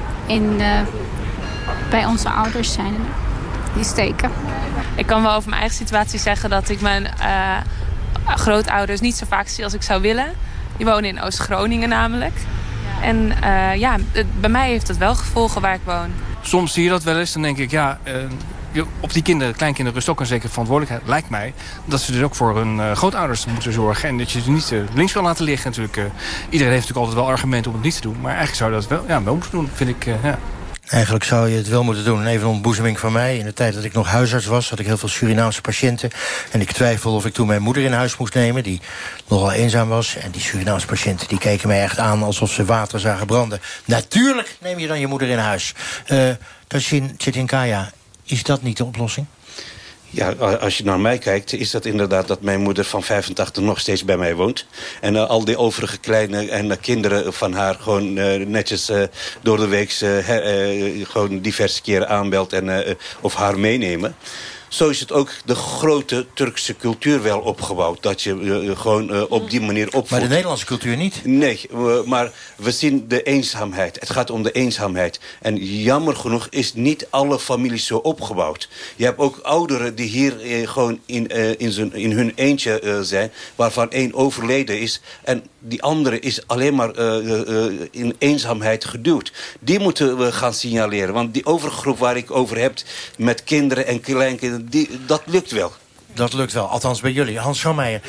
bij onze ouders zijn. Die steken. Ik kan wel over mijn eigen situatie zeggen dat ik mijn grootouders niet zo vaak zie als ik zou willen. Die wonen in Oost-Groningen namelijk. En bij mij heeft dat wel gevolgen waar ik woon. Soms zie je dat wel eens, dan denk ik, op die kleinkinderen rust ook een zekere verantwoordelijkheid, lijkt mij. Dat ze dus ook voor hun grootouders moeten zorgen. En dat je ze niet links wil laten liggen natuurlijk. Iedereen heeft natuurlijk altijd wel argumenten om het niet te doen. Maar eigenlijk zou je dat wel moeten doen, vind ik. Eigenlijk zou je het wel moeten doen. Even een ontboezeming van mij. In de tijd dat ik nog huisarts was, had ik heel veel Surinaamse patiënten. En ik twijfel of ik toen mijn moeder in huis moest nemen, die nogal eenzaam was. En die Surinaamse patiënten die keken mij echt aan alsof ze water zagen branden. Natuurlijk neem je dan je moeder in huis. Tashin Chetinkaya, is dat niet de oplossing? Ja, als je naar mij kijkt, is dat inderdaad dat mijn moeder van 85 nog steeds bij mij woont. En al die overige kleine en kinderen van haar gewoon netjes door de week gewoon diverse keren aanbelt en of haar meenemen. Zo is het ook de grote Turkse cultuur wel opgebouwd. Dat je gewoon op die manier opvoedt. Maar de Nederlandse cultuur niet? Nee, maar we zien de eenzaamheid. Het gaat om de eenzaamheid. En jammer genoeg is niet alle families zo opgebouwd. Je hebt ook ouderen die hier gewoon in hun eentje zijn. Waarvan 1 overleden is. En die andere is alleen maar in eenzaamheid geduwd. Die moeten we gaan signaleren. Want die overgroep waar ik over heb met kinderen en kleinkinderen, dat lukt wel. Dat lukt wel, althans bij jullie. Hans Schommeijer,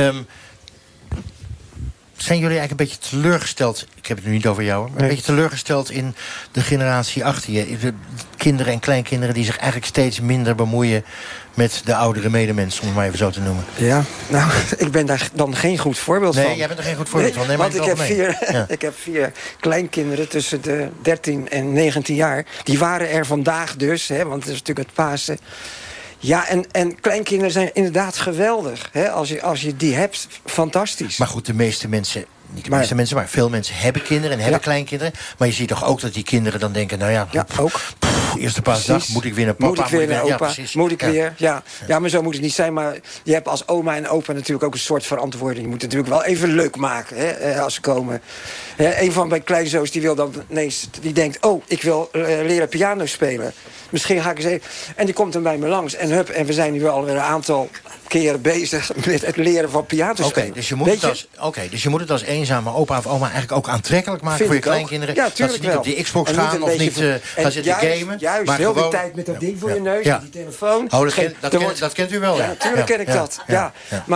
zijn jullie eigenlijk een beetje teleurgesteld, ik heb het nu niet over jou, maar een beetje teleurgesteld in de generatie achter je? De kinderen en kleinkinderen die zich eigenlijk steeds minder bemoeien met de oudere medemensen, om het maar even zo te noemen. Ja, nou, ik ben daar dan geen goed voorbeeld van. Nee, jij bent er geen goed voorbeeld van. Nee, want ik heb 4 kleinkinderen tussen de 13 en 19 jaar. Die waren er vandaag dus, want het is natuurlijk het Pasen. Ja, en kleinkinderen zijn inderdaad geweldig. Als je die hebt, fantastisch. Maar goed, de meeste mensen, niet de meeste mensen, maar veel mensen hebben kinderen en hebben kleinkinderen. Maar je ziet toch ook dat die kinderen dan denken, nou ja, ook. Eerste paasdag, moet ik weer naar papa, moet ik weer naar opa, moet ik weer, ja, maar zo moet het niet zijn. Maar je hebt als oma en opa natuurlijk ook een soort verantwoording. Je moet het natuurlijk wel even leuk maken als ze komen. Een van mijn kleinzoons die wil dan ineens, die denkt, ik wil leren piano spelen. Misschien ga ik eens even. En die komt dan bij me langs. En we zijn nu alweer een aantal keren bezig met het leren van piano spelen. Dus je moet het als eenzame opa of oma eigenlijk ook aantrekkelijk maken voor je kleinkinderen. Ja, dat ze niet op die Xbox gaan of niet gaan zitten gamen. juist. Maar heel gewoon, de tijd met dat ding voor je neus, die telefoon. Oh, dat kent u wel, ja? Natuurlijk ken ik dat. Ja.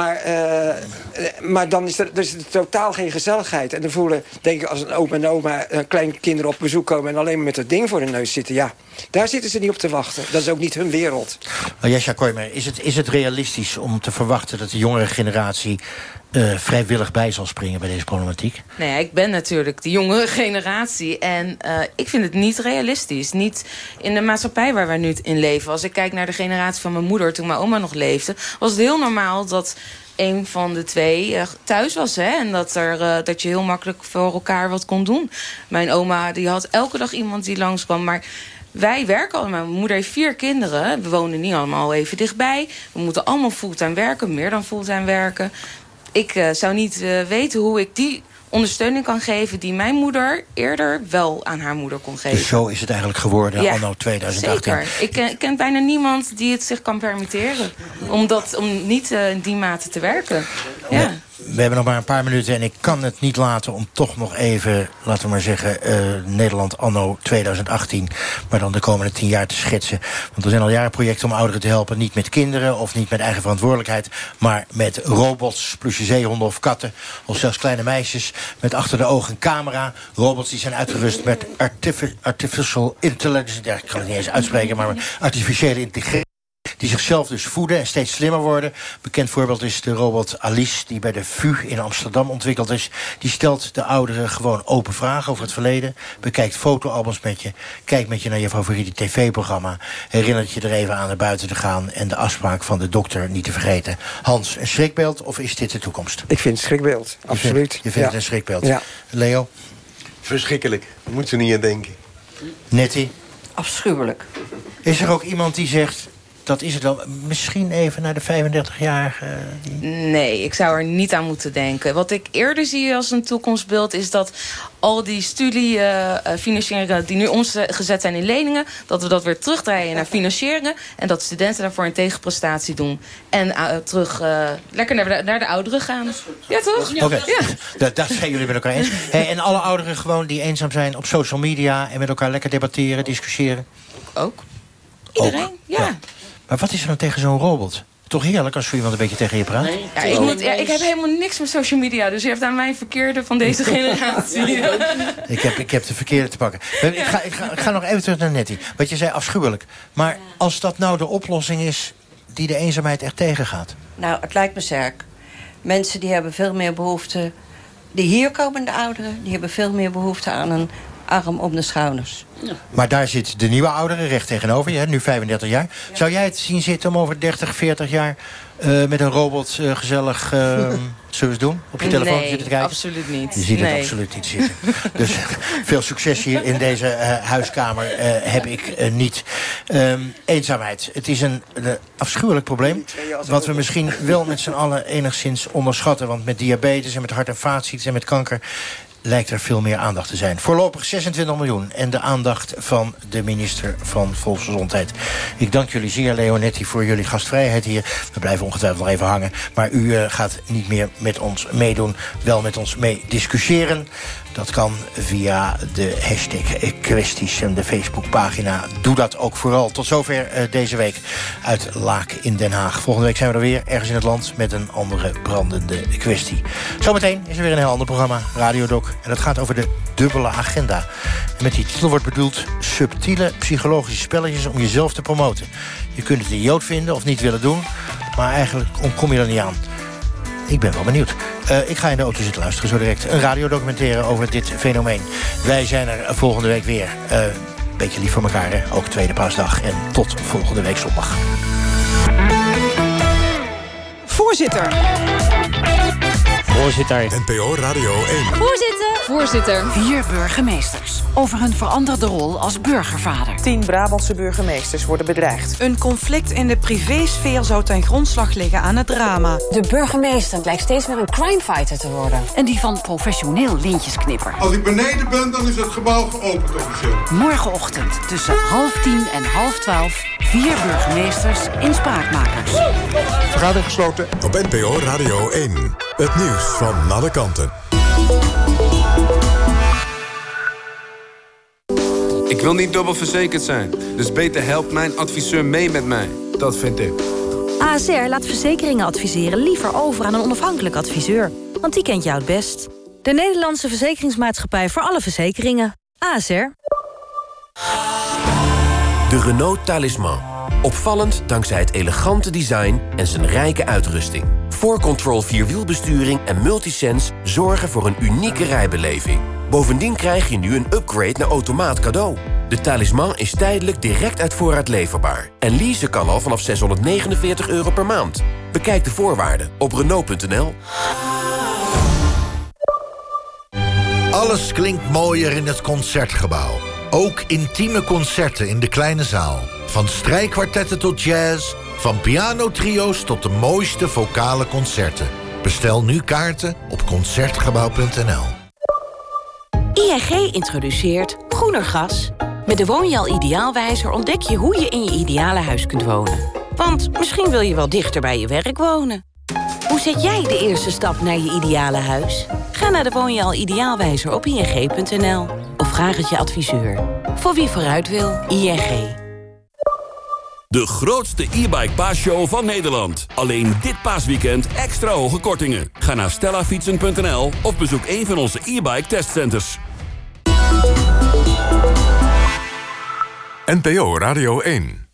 Maar dan is er totaal geen gezelligheid. En dan voelen, denk ik, als een opa en oma kleinkinderen op bezoek komen... en alleen maar met dat ding voor de neus zitten, daar zitten ze niet op te wachten. Dat is ook niet hun wereld. Jascha Kooijmaier, is het realistisch om te verwachten... dat de jongere generatie vrijwillig bij zal springen bij deze problematiek? Nee, ik ben natuurlijk de jongere generatie. En ik vind het niet realistisch. Niet in de maatschappij waar wij nu in leven. Als ik kijk naar de generatie van mijn moeder toen mijn oma nog leefde... was het heel normaal dat een van de twee thuis was. Hè? En dat je heel makkelijk voor elkaar wat kon doen. Mijn oma die had elke dag iemand die langskwam. Maar wij werken allemaal. Mijn moeder heeft 4 kinderen. We wonen niet allemaal even dichtbij. We moeten allemaal fulltime werken. Meer dan fulltime werken. Ik zou niet weten hoe ik die ondersteuning kan geven... die mijn moeder eerder wel aan haar moeder kon geven. Dus zo is het eigenlijk geworden anno 2018. Zeker. Ik ken bijna niemand die het zich kan permitteren. Om niet in die mate te werken. Ja. We hebben nog maar een paar minuten en ik kan het niet laten om toch nog even, laten we maar zeggen, Nederland anno 2018, maar dan de komende 10 jaar te schetsen. Want er zijn al jaren projecten om ouderen te helpen, niet met kinderen of niet met eigen verantwoordelijkheid, maar met robots, plusje zeehonden of katten, of zelfs kleine meisjes met achter de ogen een camera. Robots die zijn uitgerust met artificial intelligence, ik kan het niet eens uitspreken, maar artificiële intelligentie. Die zichzelf dus voeden en steeds slimmer worden. Bekend voorbeeld is de robot Alice, die bij de VU in Amsterdam ontwikkeld is. Die stelt de ouderen gewoon open vragen over het verleden. Bekijkt fotoalbums met je. Kijkt met je naar je favoriete tv-programma. Herinnert je er even aan naar buiten te gaan. En de afspraak van de dokter niet te vergeten. Hans, een schrikbeeld of is dit de toekomst? Ik vind het schrikbeeld, absoluut. Je vindt het een schrikbeeld? Ja. Leo? Verschrikkelijk. Daar moet je niet aan denken. Nettie? Afschuwelijk. Is er ook iemand die zegt, dat is het wel, misschien even naar de 35-jarige? Nee, ik zou er niet aan moeten denken. Wat ik eerder zie als een toekomstbeeld is dat al die studiefinancieringen die nu omgezet zijn in leningen, dat we dat weer terugdraaien naar financieren en dat studenten daarvoor een tegenprestatie doen. En terug lekker naar de ouderen gaan. Ja, toch? Oké. Ja. Dat zijn jullie met elkaar eens. Hey, en alle ouderen gewoon die eenzaam zijn op social media en met elkaar lekker debatteren, discussiëren? Ook. Iedereen, ja. Maar wat is er nou tegen zo'n robot? Toch heerlijk als zo iemand een beetje tegen je praat? Ik heb helemaal niks met social media. Dus je hebt aan mij verkeerde van deze generatie. Ik heb de verkeerde te pakken. Ik ga nog even terug naar Nettie. Wat je zei, afschuwelijk. Maar als dat nou de oplossing is die de eenzaamheid echt tegengaat? Nou, het lijkt me sterk. Mensen die hebben veel meer behoefte. De hier komende ouderen, die hebben veel meer behoefte aan een arm om de schouders. Ja. Maar daar zit de nieuwe ouderen recht tegenover je, nu 35 jaar. Ja. Zou jij het zien zitten om over 30, 40 jaar met een robot gezellig zullen doen? Op je telefoon zitten te kijken? Absoluut niet. Je ziet het absoluut niet zitten. Dus veel succes hier in deze huiskamer heb ik niet. Eenzaamheid. Het is een afschuwelijk probleem. Wat we misschien wel met z'n allen enigszins onderschatten. Want met diabetes en met hart- en vaatziekten en met kanker lijkt er veel meer aandacht te zijn. Voorlopig 26 miljoen en de aandacht van de minister van Volksgezondheid. Ik dank jullie zeer, Leo en Nettie, voor jullie gastvrijheid hier. We blijven ongetwijfeld nog even hangen. Maar u gaat niet meer met ons meedoen, wel met ons mee discussiëren. Dat kan via de hashtag kwesties en de Facebookpagina. Doe dat ook vooral. Tot zover deze week uit Laak in Den Haag. Volgende week zijn we er weer, ergens in het land, met een andere brandende kwestie. Zometeen is er weer een heel ander programma, Radiodoc. En dat gaat over de dubbele agenda. En met die titel wordt bedoeld subtiele psychologische spelletjes om jezelf te promoten. Je kunt het idioot vinden of niet willen doen, maar eigenlijk kom je er niet aan. Ik ben wel benieuwd. Ik ga in de auto zitten luisteren zo direct. Een radiodocumentaire over dit fenomeen. Wij zijn er volgende week weer. Beetje lief voor elkaar, hè? Ook tweede paasdag. En tot volgende week zondag. Voorzitter. NPO Radio 1. Voorzitter. 4 burgemeesters over hun veranderde rol als burgervader. 10 Brabantse burgemeesters worden bedreigd. Een conflict in de privésfeer zou ten grondslag liggen aan het drama. De burgemeester lijkt steeds meer een crimefighter te worden. En die van professioneel lintjesknipper. Als ik beneden ben, dan is het gebouw geopend officieel. Morgenochtend tussen 11:30 en 11:30... 4 burgemeesters in Spraakmakers. Vergadering gesloten. Op NPO Radio 1. Het nieuws van alle kanten. Ik Ik wil niet dubbel verzekerd zijn, dus beter helpt mijn adviseur mee met mij. Dat vind ik. ASR laat verzekeringen adviseren liever over aan een onafhankelijk adviseur. Want die kent jou het best. De Nederlandse Verzekeringsmaatschappij voor alle verzekeringen. ASR. De Renault Talisman. Opvallend dankzij het elegante design en zijn rijke uitrusting. 4Control Vierwielbesturing en Multisense zorgen voor een unieke rijbeleving. Bovendien krijg je nu een upgrade naar automaat cadeau. De Talisman is tijdelijk direct uit voorraad leverbaar. En leasen kan al vanaf €649 per maand. Bekijk de voorwaarden op Renault.nl. Alles klinkt mooier in het Concertgebouw. Ook intieme concerten in de kleine zaal. Van strijkkwartetten tot jazz, van pianotrio's tot de mooiste vocale concerten. Bestel nu kaarten op Concertgebouw.nl. ING introduceert groener gas. Met de Woonjaal Ideaalwijzer ontdek je hoe je in je ideale huis kunt wonen. Want misschien wil je wel dichter bij je werk wonen. Hoe zet jij de eerste stap naar je ideale huis? Ga naar de Woonjaal Ideaalwijzer op ing.nl. Of vraag het je adviseur. Voor wie vooruit wil, ING. De grootste e-bike paasshow van Nederland. Alleen dit paasweekend extra hoge kortingen. Ga naar stellafietsen.nl of bezoek een van onze e-bike testcenters. NPO Radio 1